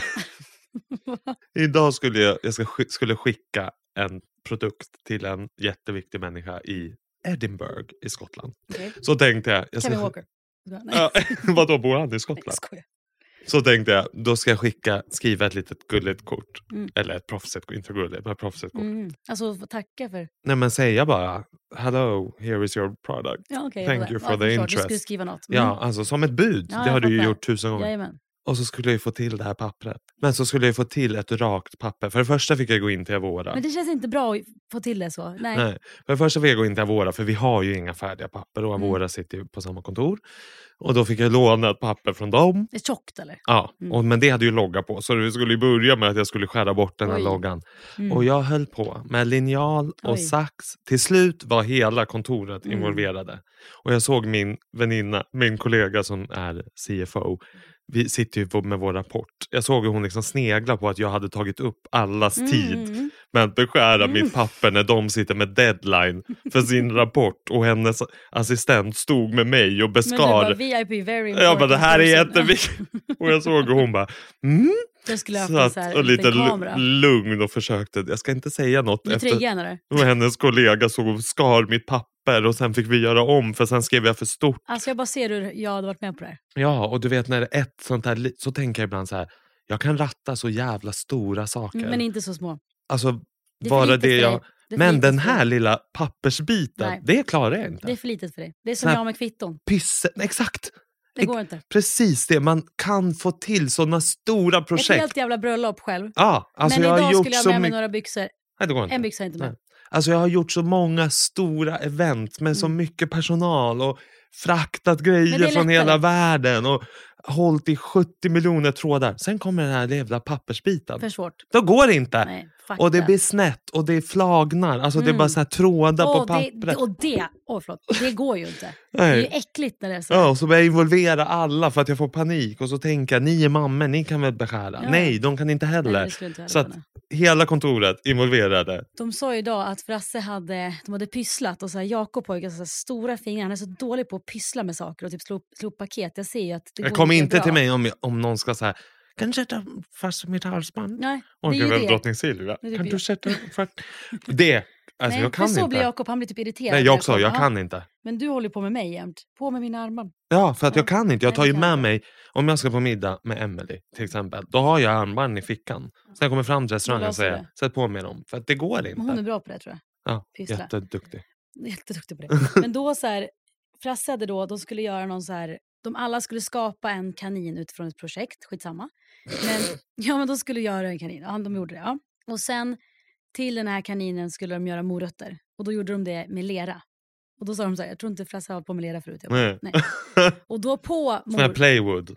Idag skulle jag, jag ska, sk- skulle skicka en produkt till en jätteviktig människa i Edinburgh i Skottland. Okay. Så tänkte jag... jag ska, Kevin Walker. Nej, Ja, vadå, bor han i jag Skottland? skojar. Så tänkte jag, då ska jag skicka, skriva ett litet gulligt kort. Mm. Eller ett proffsigt kort, inte gulligt, men ett proffsigt kort. Mm. Alltså, få tacka för... Nej men säga bara, hello, here is your product. Ja, okay, Thank you for ja, the förstår. interest. Du skulle skriva något. Mm. Ja, alltså som ett bud. Ja, det jag har du ju fattar. gjort tusen gånger. Jajamän. Och så skulle jag ju få till det här pappret. Men så skulle jag få till ett rakt papper. För det första fick jag gå in till Avora. Men det känns inte bra att få till det så. Nej. Nej. För det första fick jag gå in till Avora. För vi har ju inga färdiga papper. Och Avora Mm. sitter ju på samma kontor. Och då fick jag låna ett papper från dem. Det är tjockt eller? Ja, Mm. och, men det hade ju logga på. Så vi skulle ju börja med att jag skulle skära bort den här Oj. loggan. Mm. Och jag höll på med linjal och Oj. sax. Till slut var hela kontoret Mm. involverade. Och jag såg min väninna, min kollega som är C F O. Vi sitter ju med vår rapport. Jag såg hur hon liksom snegla på att jag hade tagit upp allas Mm, tid mm, med att beskära Mm. mitt papper när de sitter med deadline för sin rapport. Och hennes assistent stod med mig och Men du beskar. bara, V I P very Jag bara, det här är person. jätteviktigt. Och jag såg hur hon bara, mm. Jag skulle ha Så haft en att, så här, och lite liten lu- kamera. lugn och försökte, jag ska inte säga något. Du triggar henne där. Och hennes kollega såg och skar mitt papper och sen fick vi göra om för sen skrev jag för stort. Alltså jag bara ser hur jag hade varit med på det här. Ja, och du vet när det är ett sånt här, li- så tänker jag ibland så här, jag kan ratta så jävla stora saker. Men inte så små. Alltså, Det är för bara litet det för jag... dig. Det är för Men litet den för här dig. lilla pappersbiten, Nej. det klarar jag inte. Det är för litet för dig. Det är som Sån här- jag med kvitton. Pysse, exakt. Det går inte. Precis det, man kan få till sådana stora Ett projekt. helt jävla bröllop själv. Ja, alltså Men jag har idag gjort skulle jag så med mig mycket. några byxor. Nej, det går inte. En byxa är inte med. Nej. Alltså jag har gjort så många stora event med så Mm. mycket personal och fraktat Men det grejer är från lättare. hela världen och hållit i sjuttio miljoner trådar. Sen kommer den här jävla pappersbiten. För svårt. Då går det inte. Nej, fuck Och det that. blir snett och det flagnar. Alltså det är Mm. bara så här trådar Åh, på pappret. det, och det, oh, förlåt, det går ju inte. Det är ju Nej. äckligt när det är så. Ja, och så börjar jag involvera alla för att jag får panik. Och så tänker jag, ni är mammor, ni kan väl beskära? Ja. Nej, de kan inte heller. Nej, det skulle inte jag Så att kunna. hela kontoret involverade. De sa ju idag att Frasse hade, de hade pysslat och så här, Jakob har ju ganska stora fingrar. Han är så dålig på att pyssla med saker och typ slå, slå upp paket. Jag ser ju att det Jag går kommer inte inte bra. till mig om, jag, om någon ska säga, kan du sätta fast mitt halsband? Nej, Och det är gud, ju väl det. drottning Silvia. Det är Kan typ du jag. sätta för... Det, alltså Nej, jag kan för så inte. blir Jakob, han blir typ irriterad. Nej, när jag också, kommer. jag Ja, kan inte. Men du håller på med mig jämt. På med mina armar. Ja, för att Ja. jag kan inte. Jag Nej, tar det ju kan med jag mig, om jag ska på middag med Emily till exempel, då har jag armband i fickan. Sen jag kommer fram till restaurangen och löser säger, det. sätt på mig dem. För att det går inte. Men hon är bra på det tror jag. Ja, pyssla. jätteduktig. Jätteduktig på det. Men då så här, Frasse hade då, de skulle göra någon så här, de alla skulle skapa en kanin utifrån ett projekt, skitsamma. Men, ja men de skulle göra en kanin, ja de gjorde det, ja. Och sen till den här kaninen skulle de göra morötter. Och då gjorde de det med lera. Och då sa de så här, jag tror inte Frasse har hållit på med lera förut. Jag bara, Nej. nej. Och då på Sån här mor... playwood.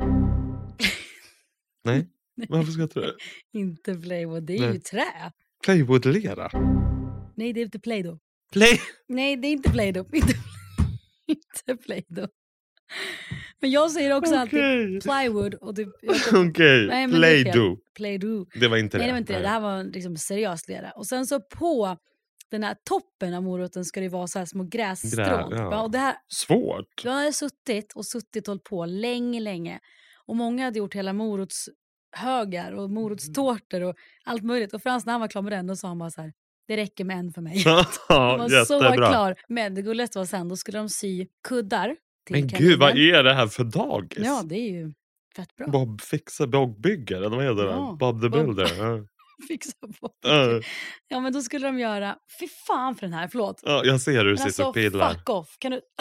Nej, varför ska jag tro det? Inte playwood, det är Nej. ju trä. Playwood-lera. Nej, det är inte Play-Doh. Play... Nej, det är inte Play-Doh. Inte, inte Play-Doh. Men jag säger också alltid Okej, plywood. Och typ, jag, okej. Nej, men det är fel. Play-doh. Play-Doh. Det var inte Nej, det. det var inte det. Det här var liksom seriöst lera. Och sen så på den här toppen av moroten ska det vara så här små grässtrån. Grä, ja. Ja, och det här, Svårt. jag hade suttit och suttit och hållit på länge, länge. Och många hade gjort hela morotshögar och morotstårtor och allt möjligt. Och Frans när han var klar med den, då sa han bara så här, det räcker med en för mig. Ja, Han var så jättebra. klar. Men det gulligaste var sen, då skulle de sy kuddar till Men kaninen. gud, vad är det här för dagis? Ja, det är ju fett bra. Bob fixar, Bob bygger, eller vad heter Ja, det? Bob the Bob- Builder. Ja. Fixa på. Ja. Ja, men då skulle de göra, fy fan för den här, förlåt. Ja, jag ser hur du Men sitter alltså, och pillar. fuck off. Kan du...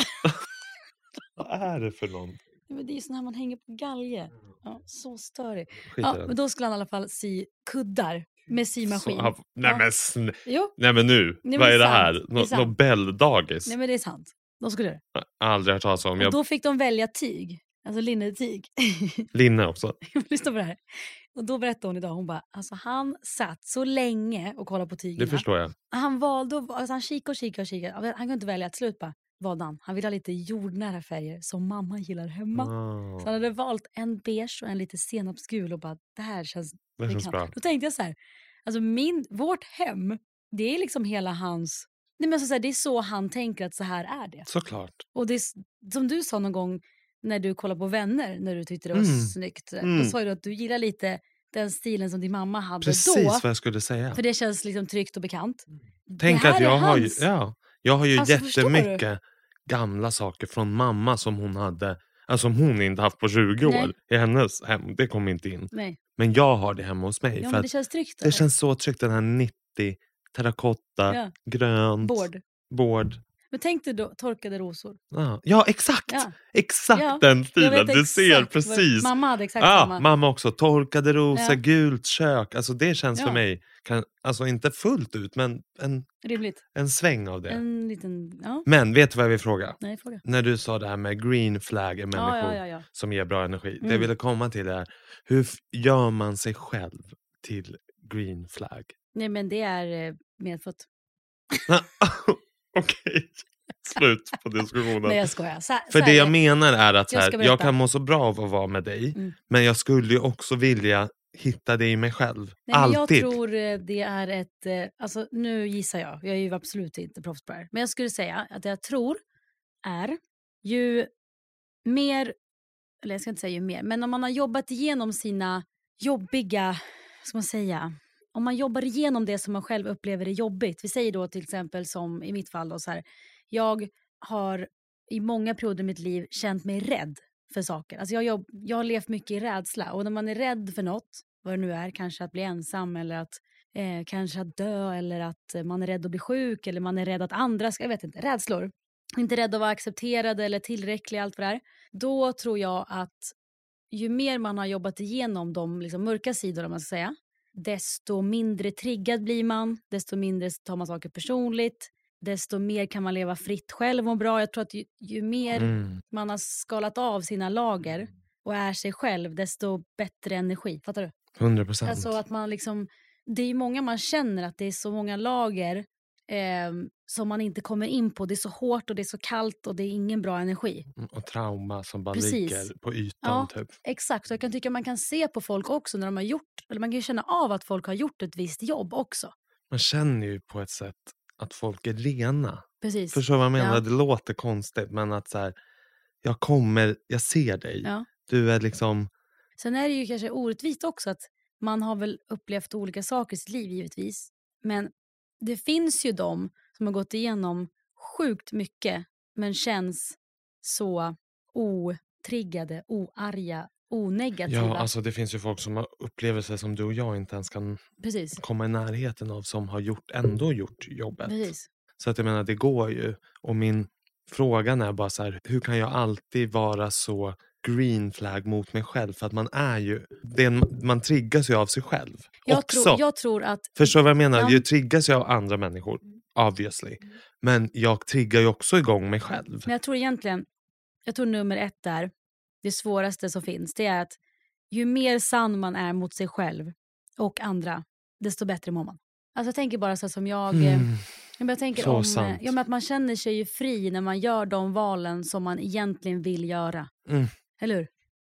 Vad är det för någon? Nej, men det är ju sån här man hänger på galge. Ja, så störig. Skit i Ja, den. men då skulle han i alla fall sy kuddar med symaskin. Så, ah, nej, Ja. men sn- Jo, nej men nu, men vad det är är det sant. här? Det är Nå- sant. Nobeldagis? nej men det är sant. De skulle göra det. Jag har aldrig hört talas om. Och Jag... då fick de välja tyg. Alltså linnetyg. Linne också. Lyssna på det här. Och då berättade hon idag, hon bara, alltså han satt så länge och kollade på tygerna. Det förstår jag. Han valde, att- alltså han kikade och kikade och kikade. Han kunde inte välja, till slut bara valde han. Han ville ha lite jordnära färger som mamma gillar hemma. Ah, Så han hade valt en beige och en lite senapsgul och bara, det här känns... det känns kan. bra. Då tänkte jag så här, alltså min, vårt hem, det är liksom hela hans... Nej men så här, det är så han tänker att så här är det. Såklart. Och det är, s- som du sa någon gång när du kollade på Vänner, när du tyckte det var Mm. snyggt. Mm. Då sa du att du gillar lite den stilen som din mamma hade Precis då. vad jag skulle säga. För det känns liksom tryggt och bekant. Tänk det här att är jag har, ju, hans. ja, jag har ju Alltså, förstår jättemycket gamla saker från mamma som hon hade, alltså som hon inte haft på tjugo Nej. år i hennes hem. Det kom inte in. Nej, Men jag har det hemma hos mig. ja, för men att det känns tryggt. det eller? känns så tryggt, den här nittio, terrakotta, Ja. grönt, Bård. bård. Men tänk dig då torkade rosor. Ja, ja exakt! Ja. Exakt Ja, den Jag stilen. vet Du exakt ser vad- precis. Mamma hade exakt Ja, samma. mamma också. Torkade rosor, Ja. gult kök. Alltså det känns Ja. för mig, kan, alltså inte fullt ut, men en, Rimligt. en sväng av det. En liten... Ja, Men vet du vad jag vill fråga? nej fråga. När du sa det här med green flag är människor Ja, ja, ja, ja. som ger bra energi. Det jag Mm. ville komma till är, hur f- gör man sig själv till green flag? Nej men det är eh, medfött. Okej, slut på diskussionen. Nej jag skojar. Så, För så det är jag menar är att så Jag här, ska jag berätta. kan må så bra av att vara med dig. Mm. Men jag skulle ju också vilja hitta det i mig själv. Nej, men Alltid. jag tror eh, det är ett... eh, Alltså nu gissar jag. Jag är ju absolut inte proffs på det här. Men jag skulle säga att det jag tror är ju mer... Eller jag ska inte säga ju mer. Men om man har jobbat igenom sina jobbiga... Ska man säga? Om man jobbar igenom det som man själv upplever är jobbigt. Vi säger då till exempel som i mitt fall då så här. Jag har i många perioder i mitt liv känt mig rädd för saker. Alltså jag, jobb, jag har levt mycket i rädsla. Och när man är rädd för något, vad det nu är, kanske att bli ensam eller att eh, kanske att dö eller att eh, man är rädd att bli sjuk eller man är rädd att andra ska, jag vet inte, rädslor. Inte rädd att vara accepterad eller tillräcklig, allt vad det är. Då tror jag att ju mer man har jobbat igenom de liksom, mörka sidor, om man ska säga, desto mindre triggad blir man, desto mindre tar man saker personligt, desto mer kan man leva fritt själv och bra. Jag tror att ju, ju mer Mm. man har skalat av sina lager och är sig själv, desto bättre energi. Fattar du? hundra procent. Alltså att man liksom, det är ju många man känner att det är så många lager eh, som man inte kommer in på. Det är så hårt och det är så kallt och det är ingen bra energi. Och trauma som bara Precis. ligger på ytan Ja. typ. Exakt, och jag kan tycka man kan se på folk också när de har gjort, eller man kan ju känna av att folk har gjort ett visst jobb också. Man känner ju på ett sätt att folk är rena. Precis. Förstår vad jag menar? Ja. Det låter konstigt, men att så här, jag kommer, jag ser dig. Ja. Du är liksom, Sen är det ju kanske orättvist också att man har väl upplevt olika saker i sitt liv givetvis. Men det finns ju de som har gått igenom sjukt mycket men känns så otriggade, oarga, onegativa. ja alltså det finns ju folk som har upplevelser som du och jag inte ens kan Precis, komma i närheten av, som har gjort, ändå gjort jobbet. precis. Så att jag menar, det går ju. Och min frågan är bara så här, hur kan jag alltid vara så green flag mot mig själv? För att man är ju, det är, man triggas ju av sig själv. Jag också. tror, jag tror att... Förstår vad jag menar? Ja. Jag triggas ju av andra människor, obviously. Men jag triggar ju också igång mig själv. Men jag tror egentligen, jag tror nummer ett där, det svåraste som finns, det är att ju mer sann man är mot sig själv och andra, desto bättre mår man. Alltså jag tänker bara så som jag... eh, Mm. Ja, men jag tänker Så om, sant. ja, men att man känner sig ju fri när man gör de valen som man egentligen vill göra. Mm. Eller hur?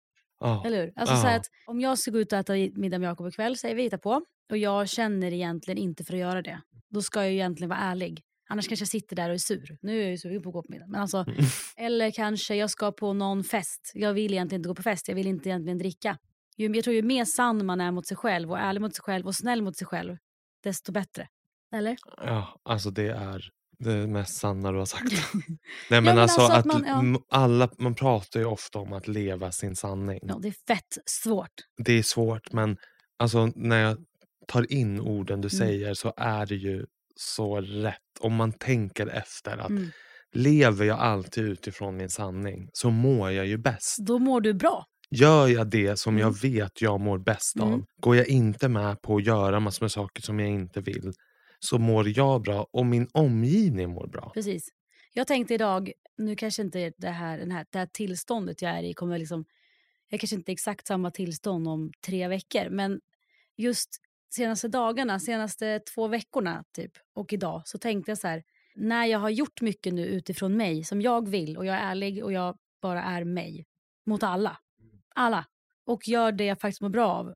Oh. Eller hur? Alltså oh. så här att om jag ska gå ut och äta middag med Jakob ikväll, säger vi, hitta på. Och jag känner egentligen inte för att göra det. Då ska jag ju egentligen vara ärlig. Annars kanske jag sitter där och är sur. Nu är jag ju sugen på att gå på middag. Men alltså, eller kanske jag ska på någon fest. Jag vill egentligen inte gå på fest. Jag vill inte egentligen dricka. Jag tror ju mer sann man är mot sig själv och ärlig mot sig själv och snäll mot sig själv, desto bättre. Eller? Ja, alltså det är det mest sanna du har sagt. Nej men, ja, men alltså, alltså att, att man, ja. alla, man pratar ju ofta om att leva sin sanning. Ja, det är fett svårt. Det är svårt, men alltså när jag tar in orden du mm. säger så är det ju så rätt. Om man tänker efter att mm. lever jag alltid utifrån min sanning så mår jag ju bäst. Då mår du bra. Gör jag det som mm. jag vet jag mår bäst mm. av, går jag inte med på att göra massor med saker som jag inte vill, så mår jag bra och min omgivning mår bra. Precis. Jag tänkte idag, nu kanske inte det här, den här, det här tillståndet jag är i kommer liksom, jag kanske inte exakt samma tillstånd om tre veckor, men just senaste dagarna, senaste två veckorna typ, och idag så tänkte jag så här, när jag har gjort mycket nu utifrån mig som jag vill och jag är ärlig och jag bara är mig mot alla, alla, och gör det jag faktiskt mår bra av,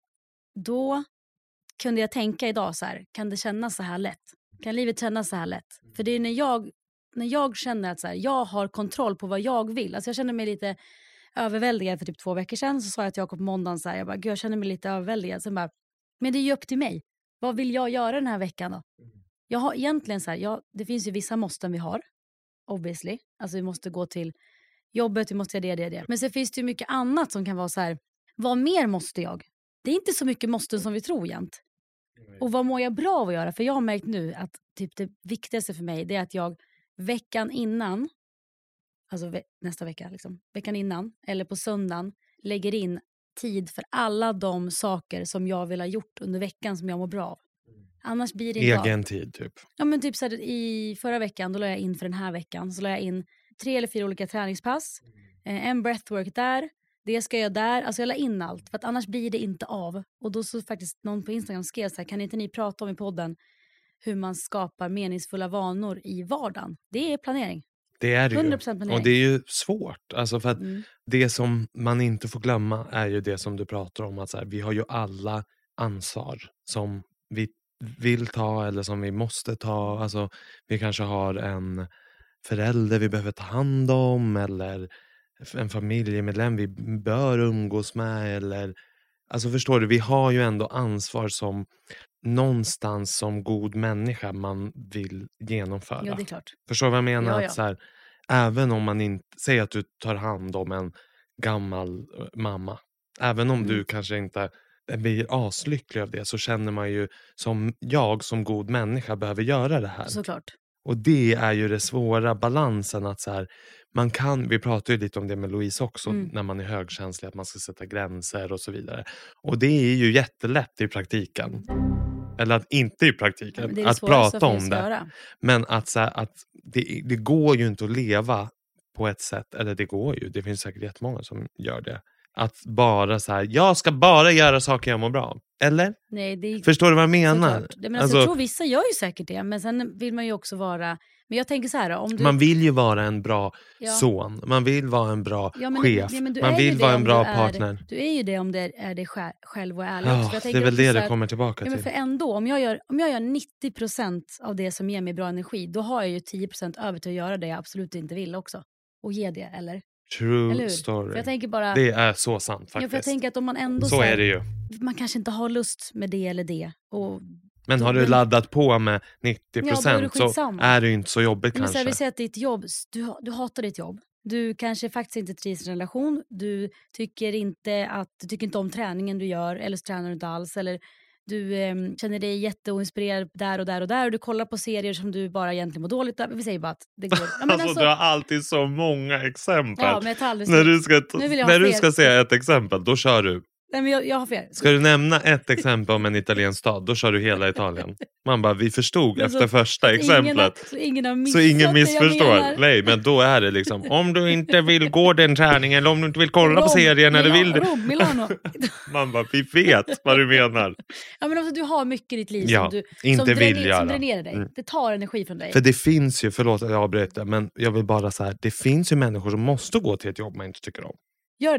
då kunde jag tänka idag så här, kan det kännas så här lätt? Kan livet kännas så här lätt? För det är när jag, när jag känner att så här, jag har kontroll på vad jag vill. Alltså jag känner mig lite överväldigad för typ två veckor sedan. Så sa jag till Jakob på måndagen så här, jag bara, gud jag känner mig lite överväldigad. Sen bara, men det är ju upp till mig. Vad vill jag göra den här veckan då? Jag har egentligen så här, jag, det finns ju vissa måsten vi har. Obviously. Alltså vi måste gå till jobbet, vi måste göra det, det, det. Men sen finns det ju mycket annat som kan vara så här, vad mer måste jag? Det är inte så mycket måsten som vi tror jämt. Och vad mår jag bra av att göra? För jag har märkt nu att typ det viktigaste för mig, det är att jag veckan innan, alltså ve- nästa vecka liksom, veckan innan eller på söndagen lägger in tid för alla de saker som jag vill ha gjort under veckan som jag mår bra av. Annars blir det inte egen av. tid typ. Ja men typ så här, i förra veckan då la jag in för den här veckan så la jag in tre eller fyra olika träningspass, eh, en breathwork där. Det ska jag där, alltså jag la in allt. För att annars blir det inte av. Och då så faktiskt någon på Instagram skrev så här, kan inte ni prata om i podden hur man skapar meningsfulla vanor i vardagen? Det är planering. Det är det ju. hundra procent planering. Och det är ju svårt. Alltså för att mm. det som man inte får glömma är ju det som du pratar om. Att så här, vi har ju alla ansvar som vi vill ta eller som vi måste ta. Alltså vi kanske har en förälder vi behöver ta hand om eller en familjemedlem vi bör umgås med eller alltså förstår du, vi har ju ändå ansvar som någonstans som god människa man vill genomföra. Ja, det är klart. Förstår du vad jag menar? Ja, ja. Att så här, även om man inte säger att du tar hand om en gammal mamma, även om mm. du kanske inte blir aslycklig av det, så känner man ju som jag som god människa behöver göra det här. Såklart. Och det är ju det svåra balansen att så här, man kan, vi pratar ju lite om det med Louise också, mm. när man är högkänslig, att man ska sätta gränser och så vidare. Och det är ju jättelätt i praktiken. Eller att inte i praktiken, ja, att prata om det. Göra. Men att, så här, att det, det går ju inte att leva på ett sätt, eller det går ju, det finns säkert jättemånga som gör det. Att bara så här, jag ska bara göra saker jag mår bra av. Eller? Nej, det är... Förstår du vad jag menar? Det, men alltså, jag tror vissa gör ju säkert det. Men sen vill man ju också vara... Men jag tänker så här då, om du... Man vill ju vara en bra ja. son. Man vill vara en bra ja, men, chef. Ja, men man vill vara en bra är, partner. Du är ju det om det är dig själv och ärlig. Ja, för jag det är väl det det här, kommer tillbaka ja, men till. för ändå, om jag, gör, om jag gör nittio procent av det som ger mig bra energi, då har jag ju tio procent över till att göra det jag absolut inte vill också. Och ge det, eller? True eller story. För jag tänker bara, det är så sant faktiskt. Ja, för jag tänker att om man ändå så så här, är det ju. Man kanske inte har lust med det eller det. Och men har du men, laddat på med nittio procent ja, är så är det ju inte så jobbigt men kanske. Men vi säger att ditt jobb, du, du hatar ditt jobb. Du kanske faktiskt inte trivs i en relation. Du tycker inte att du tycker inte om träningen du gör. Eller så tränar du inte alls. Eller du eh, känner dig jätteoinspirerad där och där och där. Och du kollar på serier som du bara egentligen mår dåligt av. Vi säger bara att det går. Ja, men alltså, alltså, du har alltid så många exempel. Ja, men jag när du ska, när du ska säga ett exempel, då kör du. Nej, men jag, jag har fel. Ska du nämna ett exempel om en italiensk stad, då kör du hela Italien. Man bara, vi förstod efter så, första exemplet. Så ingen, har så ingen missförstår. Nej, men då är det liksom, om du inte vill gå den träningen eller om du inte vill kolla Rom, på serien eller vill du. Rom, Milano. Man bara, vi vet vad du menar. Ja, men alltså, du har mycket i ditt liv ja, som, du, inte som, vill dräner, göra. som dränerar dig. Mm. Det tar energi från dig. För det finns ju, förlåt att jag avbryter, men jag vill bara säga, det finns ju människor som måste gå till ett jobb man inte tycker om. Gör det?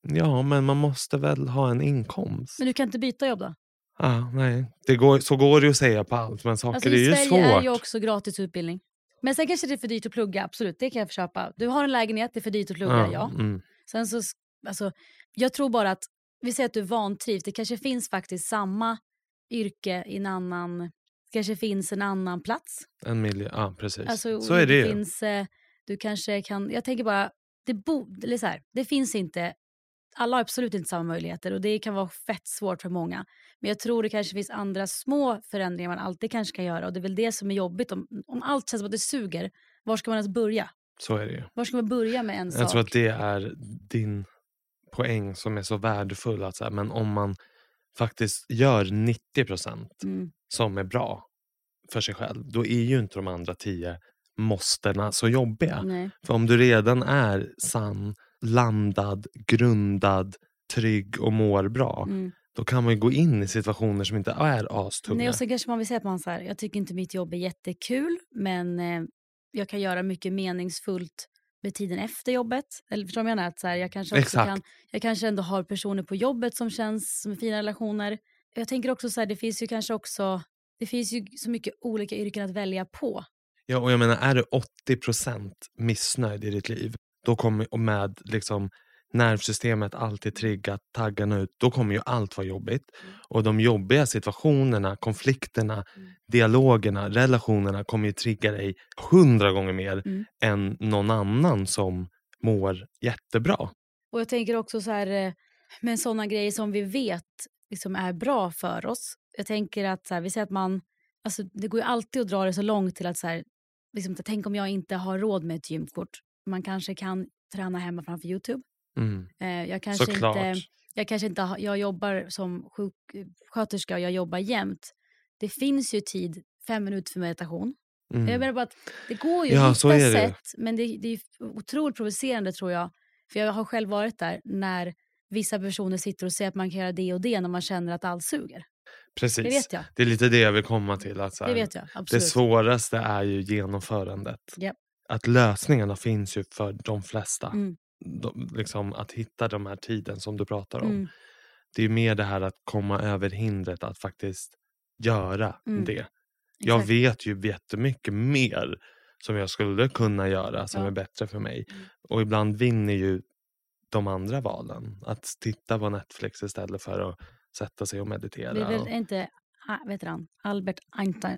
Ja, men man måste väl ha en inkomst. Men du kan inte byta jobb då? Ah, nej, det går, så går det ju att säga på allt, men saker Alltså, är i ju Sverige svårt. är ju också gratis utbildning. Men sen kanske det är för dyrt att plugga, absolut. Det kan jag köpa. Du har en lägenhet, det är för dyrt att plugga, Ja, ja. mm. Sen så, alltså, jag tror bara att, vi säger att du är vantrivs. Det kanske finns faktiskt samma yrke i en annan, det kanske finns en annan plats. En miljö, ja precis. Alltså, så är det ju. Finns, eh, du kanske kan, jag tänker bara, det, bo, eller så här, det finns inte, alla har absolut inte samma möjligheter och det kan vara fett svårt för många. Men jag tror det kanske finns andra små förändringar man alltid kanske kan göra och det är väl det som är jobbigt. Om, om allt känns som att det suger, var ska man ens börja? Så är det ju. Var ska man börja med en jag sak? Jag tror att det är din poäng som är så värdefull. Att så här, men om man faktiskt gör nittio procent mm. som är bra för sig själv, då är ju inte de andra tio måsterna så jobbiga. Nej. För om du redan är sann, landad, grundad, trygg och mår bra, Mm. då kan man ju gå in i situationer som inte är astunga. Nej, och sen kanske man vill säga att man så här, jag tycker inte mitt jobb är jättekul, men eh, jag kan göra mycket meningsfullt med tiden efter jobbet. Eller förstår du vad jag menar? Att så här, jag kanske också Exakt. kan, jag kanske ändå har personer på jobbet som känns som fina relationer. Jag tänker också så här, det finns ju kanske också, det finns ju så mycket olika yrken att välja på. Ja, och jag menar, är du åttio procent missnöjd i ditt liv, då kommer, och med liksom nervsystemet alltid triggat, taggarna ut, då kommer ju allt vara jobbigt. Mm. Och de jobbiga situationerna, konflikterna, mm. dialogerna, relationerna kommer ju trigga dig hundra gånger mer mm. än någon annan som mår jättebra. Och jag tänker också så här, med sådana grejer som vi vet liksom är bra för oss. Jag tänker att så här, vi säger att man, alltså det går ju alltid att dra det så långt till att så här, liksom, tänk om jag inte har råd med ett gymkort. Man kanske kan träna hemma framför YouTube. Mm. Eh, jag kanske Såklart. inte, jag kanske inte har, jag jobbar som sjuksköterska och jag jobbar jämt. Det finns ju tid, fem minuter för meditation. Mm. Jag menar bara att det går ju ja, att hitta sätt, det. men det, det är otroligt provocerande tror jag. För jag har själv varit där när vissa personer sitter och säger att man kan göra det och det när man känner att allt suger. Precis, det, vet jag. det är lite det jag vill komma till. Att så här, det vet jag, absolut. Det svåraste är ju genomförandet. Yep. Att lösningarna finns ju för de flesta. Mm. De, liksom, att hitta de här tiden som du pratar om. Mm. Det är ju mer det här att komma över hindret att faktiskt göra mm. det. Jag Exakt. vet ju jättemycket mer som jag skulle kunna göra som ja. är bättre för mig. Mm. Och ibland vinner ju de andra valen. Att titta på Netflix istället för att sätta sig och meditera. Det är väl inte, vet han, Albert Einstein,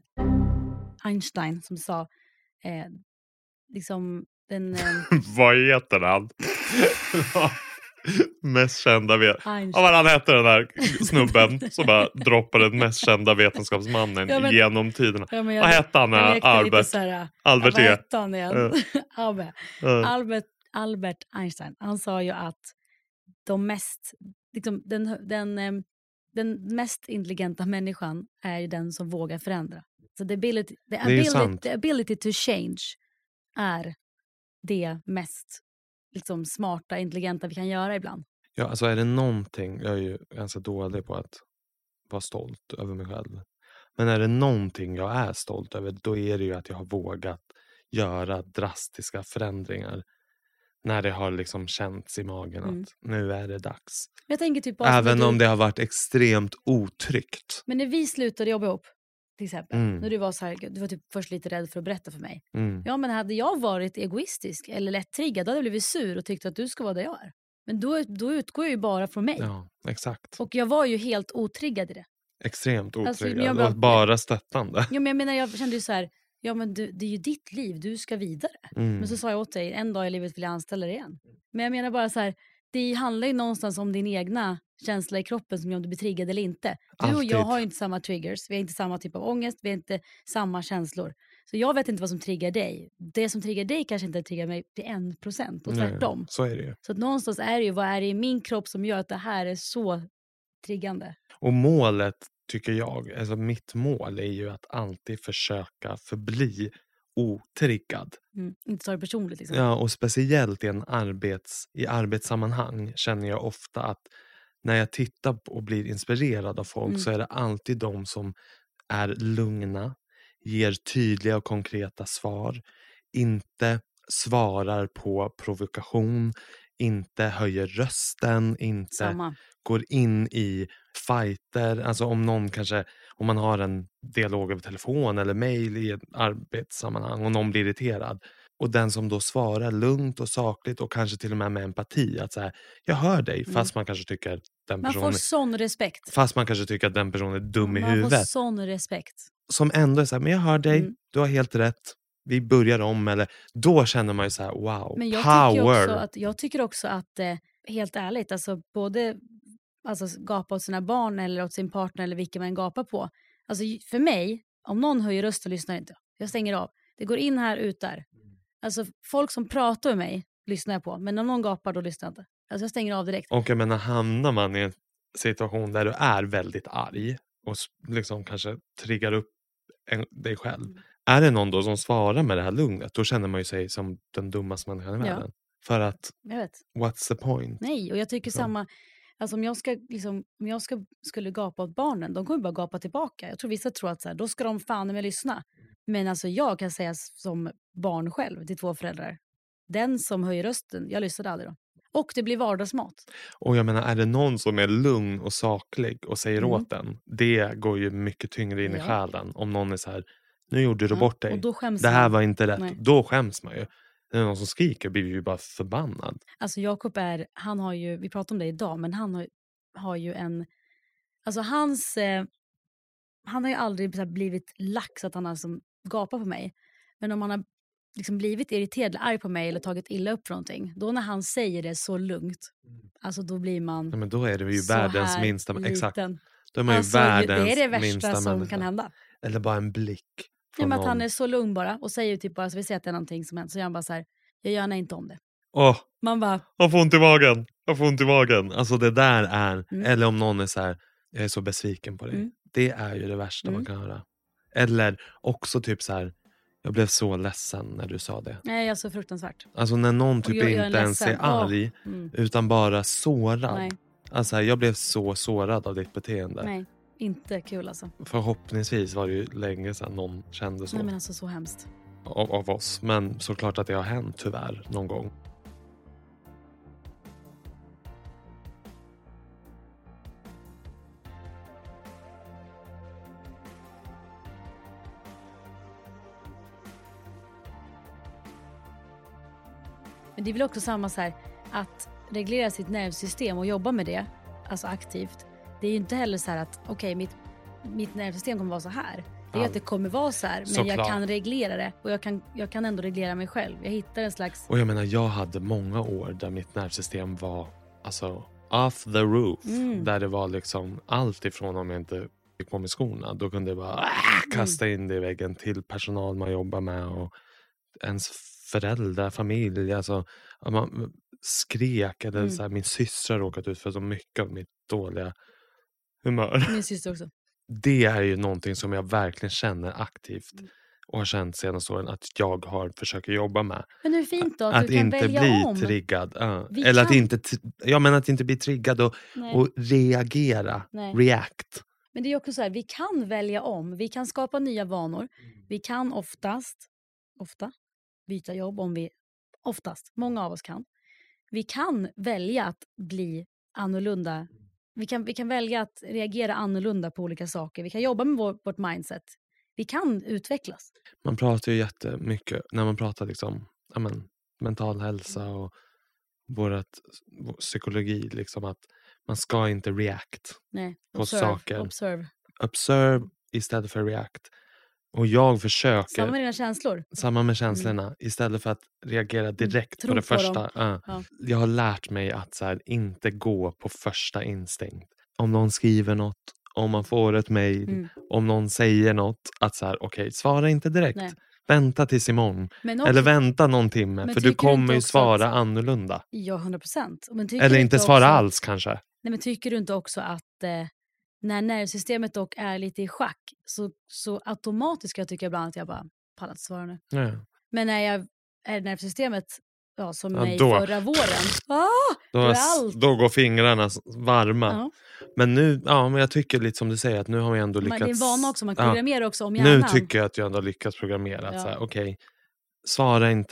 Einstein som sa eh, liksom den... Eh... Vad heter han? Mest kända vet. Ja, vad han heter den där snubben som bara droppade den mest kända vetenskapsmannen ja, men, genom tiderna. Ja, jag, vad hette han? Albert. Här, Albert vad hette han igen? Uh. Albert. Uh. Albert. Albert Einstein. Han sa ju att de mest, liksom, den, den, den mest intelligenta människan är ju den som vågar förändra. Så the ability, the ability, the ability to change är det mest liksom smarta, intelligenta vi kan göra ibland. Ja, alltså är det någonting, jag är ju ganska dålig på att vara stolt över mig själv. Men är det någonting jag är stolt över, då är det ju att jag har vågat göra drastiska förändringar. När det har liksom känts i magen mm. att nu är det dags. Jag tänker typ Även du... om det har varit extremt otryggt. Men när vi slutade jobba ihop, till exempel. Mm. När du var så här, du var typ först lite rädd för att berätta för mig. Mm. Ja, men hade jag varit egoistisk eller lätt-triggad, då hade jag blivit sur och tyckt att du ska vara där jag är. Men då, då utgår jag ju bara från mig. Ja, exakt. Och jag var ju helt otriggad i det. Extremt otriggad. Alltså, bara, och bara stöttande. Ja, men jag menar, jag kände ju så här, ja men du, det är ju ditt liv, du ska vidare. Mm. Men så sa jag åt dig, en dag i livet vill jag anställa dig igen. Men jag menar bara så här, det handlar ju någonstans om din egna känsla i kroppen som om du blir triggad eller inte. Du Alltid. och jag har inte samma triggers, vi har inte samma typ av ångest, vi har inte samma känslor. Så jag vet inte vad som triggar dig. Det som triggar dig kanske inte triggar mig till en procent och tvärtom. Nej, så är det ju. Så att någonstans är det ju, vad är det i min kropp som gör att det här är så triggande? Och målet tycker jag, alltså mitt mål är ju att alltid försöka förbli otriggad. Mm, inte ta det personligt liksom. Ja, och speciellt i en arbets, i arbetssammanhang känner jag ofta att när jag tittar på och blir inspirerad av folk mm. så är det alltid de som är lugna, ger tydliga och konkreta svar, inte svarar på provokation, inte höjer rösten, inte Samma. går in i fighter. Alltså om någon kanske, om man har en dialog över telefon eller mejl i ett arbetssammanhang och någon blir irriterad. Och den som då svarar lugnt och sakligt och kanske till och med med empati. Att så här, jag hör dig, Mm. fast man kanske tycker den Man personen, får sån respekt. fast man kanske tycker att den personen är dum i Man får huvudet. sån respekt. Som ändå är så här, men jag hör dig, Mm. du har helt rätt. Vi börjar om, eller då känner man ju så här, wow, Men jag power. tycker också att, jag tycker också att eh, helt ärligt, alltså både alltså, gapa åt sina barn eller åt sin partner eller vilken man gapar på. Alltså för mig, om någon höjer rösten lyssnar inte. Jag stänger av. Det går in här, ut där. Alltså folk som pratar med mig lyssnar jag på. Men om någon gapar, då lyssnar jag inte. Alltså jag stänger av direkt. Och jag menar, hamnar man i en situation där du är väldigt arg och s- liksom kanske triggar upp en, dig själv. Mm. Är det någon då som svarar med det här lugnet, då känner man ju sig som den dummaste människan i Ja. världen. För att, Jag vet. what's the point? Nej, och jag tycker Så. samma. Alltså om jag, ska, liksom, om jag ska, skulle gapa åt barnen, de kommer bara gapa tillbaka. Jag tror vissa tror att så här, då ska de fan med lyssna. Men alltså jag kan säga som barn själv till två föräldrar. Den som höjer rösten, jag lyssnade aldrig då. Och det blir vardagsmat. Och jag menar, är det någon som är lugn och saklig och säger Mm. åt den, det går ju mycket tyngre in i Ja. själen. Om någon är så här, nu gjorde du Ja, bort dig. och då skäms Det här man. var inte rätt. Nej. Då skäms man ju. När någon som skriker blir vi ju bara förbannad. Alltså Jakob är, han har ju, vi pratar om det idag, men han har, har ju en, alltså hans, eh, han har ju aldrig så här blivit lack så att han har som gapar på mig. Men om han har liksom blivit irriterad eller arg på mig eller tagit illa upp för någonting, då när han säger det så lugnt, alltså då blir man Ja, men då är det ju så världens här minsta. liten. Exakt. Då är man ju Alltså, världens det är det värsta minsta som människa. kan hända. Eller bara en blick. Ja, Från men att någon. han är så lugn bara och säger typ bara, så vi säger att det är någonting som händer, så gör han bara så här, jag gör inte om det. Åh, Man bara, jag får ont i magen. Jag får ont i magen. Alltså det där är, Mm. eller om någon är så här, jag är så besviken på dig. Mm. Det är ju det värsta Mm. man kan höra. Eller också typ så här, jag blev så ledsen när du sa det. nej alltså fruktansvärt. Alltså när någon Och typ jag- jag är inte ens är ledsen. Åh. arg, Mm. utan bara sårad. Nej, Alltså jag blev så sårad av ditt beteende. nej, inte kul alltså. Förhoppningsvis var det ju länge sedan någon kände så Nej men alltså så hemskt. av, av oss. Men såklart att det har hänt tyvärr någon gång. Men det är väl också samma så här, att reglera sitt nervsystem och jobba med det, alltså aktivt. Det är ju inte heller så här att okej, okay, mitt, mitt nervsystem kommer vara så här. Det är ju Ja. att det kommer vara så här, men Såklart. jag kan reglera det. Och jag kan, jag kan ändå reglera mig själv. Jag hittar en slags... Och jag menar, jag hade många år där mitt nervsystem var alltså off the roof. Mm. Där det var liksom allt ifrån om jag inte fick på mig skorna. Då kunde jag bara äh, kasta in det i väggen till personal man jobbar med och ens föräldrar, familj. Alltså, man skrek. Eller Mm. så här, min syster har råkat ut för så mycket av mitt dåliga humör. Min syster också. Det är ju någonting som jag verkligen känner aktivt. Mm. Och har känt senaste åren att jag har försökt jobba med. Men hur fint då att, Att du kan inte välja bli om. triggad. Ja. Vi Eller att kan- inte, t- ja, men att inte bli triggad och, Nej. och reagera. Nej. React. Men det är också så här, vi kan välja om. Vi kan skapa nya vanor. Vi kan oftast, ofta, byta jobb om vi, oftast, många av oss kan. Vi kan välja att bli annorlunda. Vi kan, vi kan välja att reagera annorlunda på olika saker. Vi kan jobba med vår, vårt mindset. Vi kan utvecklas. Man pratar ju jättemycket när man pratar liksom, ja, men, mental hälsa och vårat, vår psykologi. Liksom att man ska inte react. Nej, På observe, saker. observe. Observe istället för react. Och jag försöker, Samma samma med med, dina känslor. känslorna, istället för att reagera direkt Tro på det på första. dem. Ja. Ja. Jag har lärt mig att så här, inte gå på första instinkt. Om någon skriver något, om man får ett mejl, Mm. om någon säger något, att så här, okej, svara inte direkt. Nej. Vänta tills imorgon. Men också, Eller vänta någon timme, Men för du tycker du inte kommer ju också svara att- annorlunda. Ja, hundra procent. Men tycker Eller du inte svara också, alls kanske. Nej, men tycker du inte också att eh, när nervsystemet dock är lite i schack så, så automatiskt jag tycker ibland att jag bara pallar inte svara nu. Ja. Men när jag är i nervsystemet, ja, som Ja, mig då. förra våren. Ah, Då, Då är s- allt- då går fingrarna s- varma. ja. Men nu, ja, men jag tycker lite som du säger att nu har jag ändå Man, lyckats. det är en vana också, man ja, programmerar också om hjärnan. nu tycker jag att jag ändå har lyckats programmera. Att Ja. så här, okej, svara inte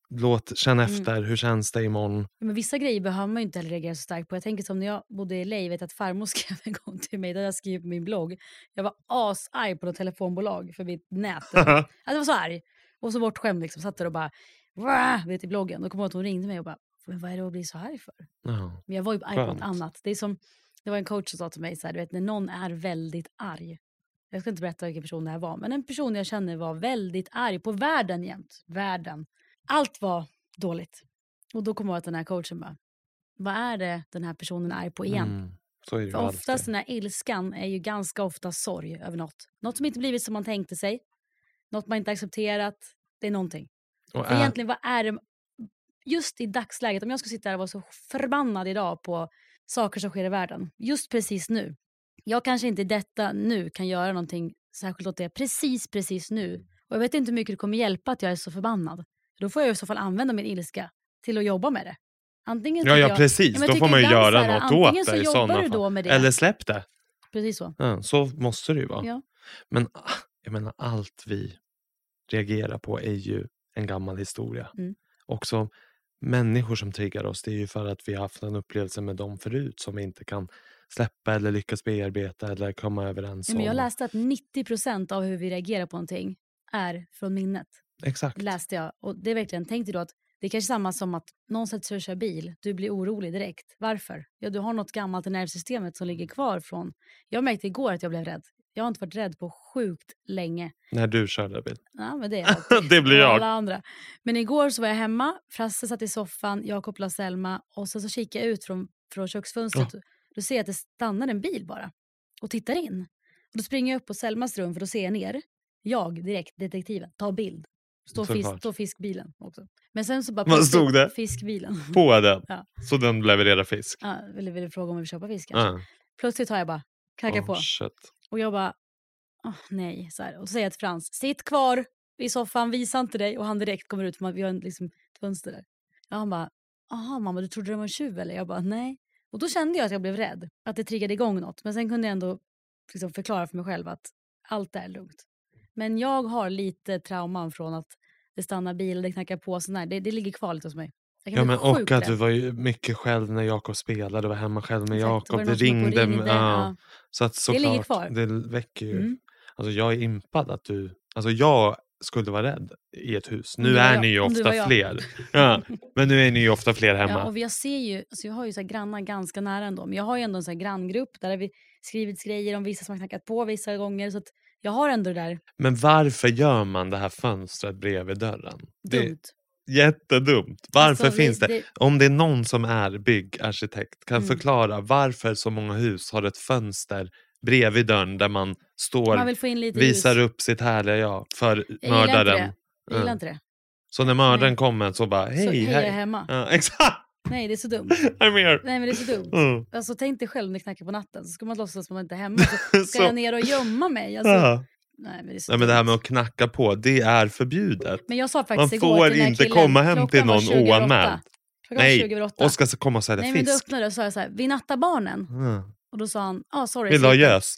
låt, känn Mm. efter, hur känns det imorgon? Men vissa grejer behöver man ju inte heller reagera så starkt på. Jag tänker som när jag bodde i L A, vet att farmor skrev en gång till mig, där jag skrev på min blogg. Jag var asarg på något telefonbolag för mitt nät. Alltså, jag var så arg. Och så bortskämd liksom, satt där och bara, Wah! vet i bloggen. Då kom jag att hon ringde mig och bara, men vad är det att bli så arg för? Ja. Men jag var ju arg på något annat. Det är som, det var en coach som sa till mig så här, du vet, när någon är väldigt arg. Jag ska inte berätta vilken person det här var, men en person jag känner var väldigt arg på världen jämt. Världen. Allt var dåligt. Och då kom jag att den här coachen bara, vad är det den här personen är arg på igen? Mm. Så är det För ju oftast alltid. den här ilskan är ju ganska ofta sorg över något. Något som inte blivit som man tänkte sig. Något man inte accepterat. Det är någonting. Och För är, egentligen, vad är det just i dagsläget? Om jag ska sitta här och vara så förbannad idag på saker som sker i världen. Just precis nu. Jag kanske inte i detta nu kan göra någonting särskilt åt det. Precis, precis nu. Och jag vet inte hur mycket det kommer hjälpa att jag är så förbannad. Då får jag i så fall använda min ilska till att jobba med det. Antingen ja, ja jag, precis. ja, då får man ju ibland göra så här, något åt antingen så det i jobbar sådana du fall. då med det. Eller släpp det. Precis så. Ja, så måste det ju vara. Ja. Men jag menar, allt vi reagerar på är ju en gammal historia. Mm. Också människor som triggar oss, det är ju för att vi har haft en upplevelse med dem förut som vi inte kan släppa eller lyckas bearbeta eller komma överens Ja, men jag om. läste att nittio procent av hur vi reagerar på någonting är från minnet. Exakt. Läste jag. Och det är verkligen, tänkte då att det är kanske samma som att någon sätter sig och kör bil. Du blir orolig direkt. Varför? Ja, du har något gammalt i nervsystemet som ligger kvar från... Jag märkte igår att jag blev rädd. Jag har inte varit rädd på sjukt länge. När du körde bil. Ja, men det är alltid. Det blir Och jag. alla andra. Men igår så var jag hemma. Frasse satt i soffan. Jakob la Selma. Och sen så kikade jag ut från, från köksfönstret. Oh. Då ser jag att det stannar en bil bara. Och tittar in. Och då springer jag upp på Selmas rum för då ser jag ner. Jag direkt, detektiven, tar bild. Står, fisk, står fiskbilen också. Men sen så bara... Vad stod det? Fiskbilen. På den? Ja. Så den levererar fisk? Ja, ville, ville fråga om vi vill köpa fisk kanske. Uh. Plötsligt har jag bara, knackar oh, på. Shit. Och jag bara, oh, nej. Så här. Och så säger jag till Frans, sitt kvar i soffan, visa inte dig. Och han direkt kommer ut, för vi har en, liksom, ett fönster där. Och han bara, aha mamma, du trodde det var en tjuv eller? Jag bara, nej. Och då kände jag att jag blev rädd. Att det triggade igång något. Men sen kunde jag ändå liksom förklara för mig själv att allt är lugnt. Men jag har lite trauman från att det stannar bil, det knackar på. Sån här. Det, det ligger kvar lite hos mig. Ja, men och att du var ju mycket själv när Jakob spelade. Du var hemma själv med Jakob. Det, det ringde. ringde ja. Ja. Så att såklart, det ligger kvar. Det väcker ju. Mm. Alltså jag är impad att du... Alltså jag skulle vara rädd i ett hus. Nu är jag, ni ju ofta fler. Mm. Ja, men nu är ni ju ofta fler hemma. Ja, och jag ser ju, alltså jag har ju så här grannar ganska nära ändå. Men jag har ju ändå en så här granngrupp. Där har vi skrivit grejer om vissa som har knackat på vissa gånger. Så att jag har ändå det där. Men varför gör man det här fönstret bredvid dörren? Dumt. Det är jättedumt. Varför alltså, finns det, det? det? Om det är någon som är byggarkitekt kan Mm. förklara varför så många hus har ett fönster bredvid dörren där man står, man vill få in lite visar ljus. upp sitt härliga jag för jag mördaren. Gillar inte det. Jag gillar Ja. inte det. Så när mördaren Nej. kommer så bara, hej, så, hej, hej. jag är hemma. Ja, exakt. Nej, det är så dumt. I'm here. Nej, men det är så dumt. Mm. Alltså, tänk dig själv när det knackar på natten. Så ska man låtsas som man inte är hemma. Så ska Så- jag ner och gömma mig. Alltså, Ja. nej, men det är så Nej, men det här dumt. med att knacka på, det är förbjudet. Men jag sa Man faktiskt igår får till den här inte killen, komma hem till klockan var någon tjugo över åtta. oanmäld. Klockan var tjugo över Nej, åtta. och ska så komma och sälja Nej, men då fisk. öppnade jag och sa jag så här, vi nattar barnen. Mm. Och då sa han, ja ah, sorry. Vill du ha sluta. gös?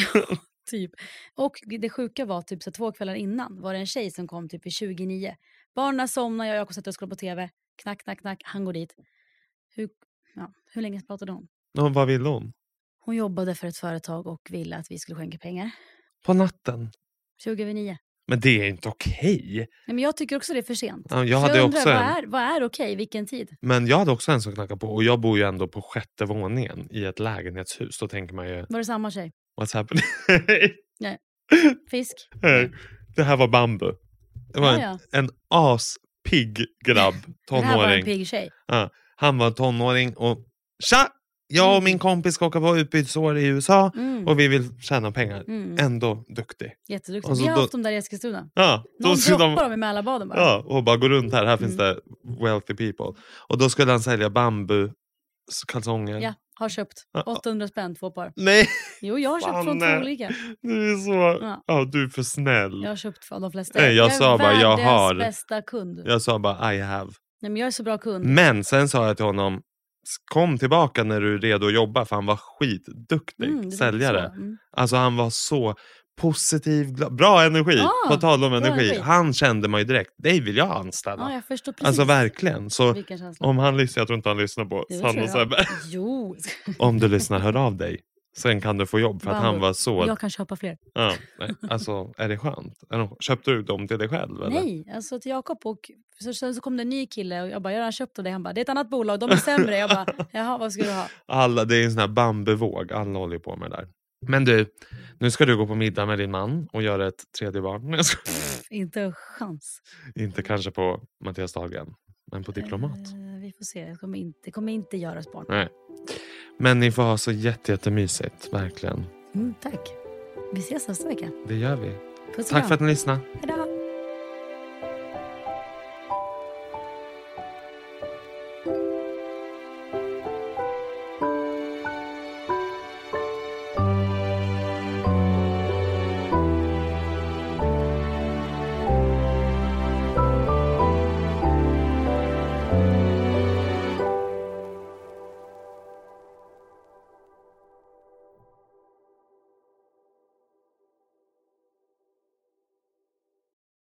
Typ. Och det sjuka var typ så två kvällar innan var det en tjej som kom typ vid tjugonio. Barnen somnar, jag och Jakob sätter och scrollar på tv. Knack, knack, knack. Han går dit. Hur, ja, hur länge pratade hon? Och vad vill hon? Hon jobbade för ett företag och ville att vi skulle skänka pengar. På natten? tjugo över nio. Men det är inte okej. Nej, men jag tycker också det är för sent. Ja, jag Så hade jag undrar, också vad en. är, vad är okej? Vilken tid? Men jag hade också en som knackade på. Och jag bor ju ändå på sjätte våningen i ett lägenhetshus. Då tänker man ju, Var det samma tjej? what's happening? Fisk? Hey, det här var Bambu. Det var Ja, en, ja. en aspigg grabb, Det här var en tonåring. pigg tjej. Ja, han var tonåring och tja! Jag och min kompis ska åka på utbytesår i U S A Mm. och vi vill tjäna pengar. Mm. Ändå duktig. Jätteduktig. och så Vi har då- haft dem där i Eskilstuna. Ja, Någon skulle droppar de, dem i Mälarbaden bara. ja, och bara gå runt här. Här finns Mm. det wealthy people. Och då skulle han sälja bambu kalsonger. Ja, har köpt. Ja. åttahundra spänn, två par. Nej, Jo, jag har köpt från Fanne. två olika. du är så... Ja. Ja, du är för snäll. Jag har köpt från de flesta. Nej, jag är sa bara, jag världens har. bästa kund. Jag sa bara I have. Nej, men jag är så bra kund. Men sen sa jag till honom, kom tillbaka när du är redo att jobba, för han var skitduktig Mm, det var säljare. så. Mm. Alltså han var så positiv, gla- bra energi. Ah, på tal om bra energi. energi. Han kände man ju direkt. Det vill jag anställa. Ja, jag förstår precis. Alltså verkligen. Så Vilken känsla. om han lyssnar, jag tror inte han lyssnar på Det Sanna tror och jag. Sebbe. Jo. Om du lyssnar, hör av dig. Sen kan du få jobb för att Bamboo. han var så... Jag kan köpa fler. Ja, nej, alltså är det skönt? Är de- Köpte du dem till dig själv? Eller? Nej, alltså till Jakob och så, sen så kom det en ny kille och jag bara, jag har redan köpt av det. Han bara, det är ett annat bolag, de är sämre. Jag bara, jaha, vad ska du ha? Alla, det är en sån här bambuvåg. Alla håller ju på med det där. Men du, nu ska du gå på middag med din man och göra ett tredje barn. Jag ska... Inte en chans. Inte kanske på Mattias Dahlgren, men på Diplomat. Eh, vi får se, det kommer inte, det kommer inte göras barn. Nej. Men ni får ha så jätte, jättemysigt, verkligen. Mm, tack. Vi ses nästa vecka. Det gör vi. Puss och Tack kram. för att ni lyssnade. Hejdå.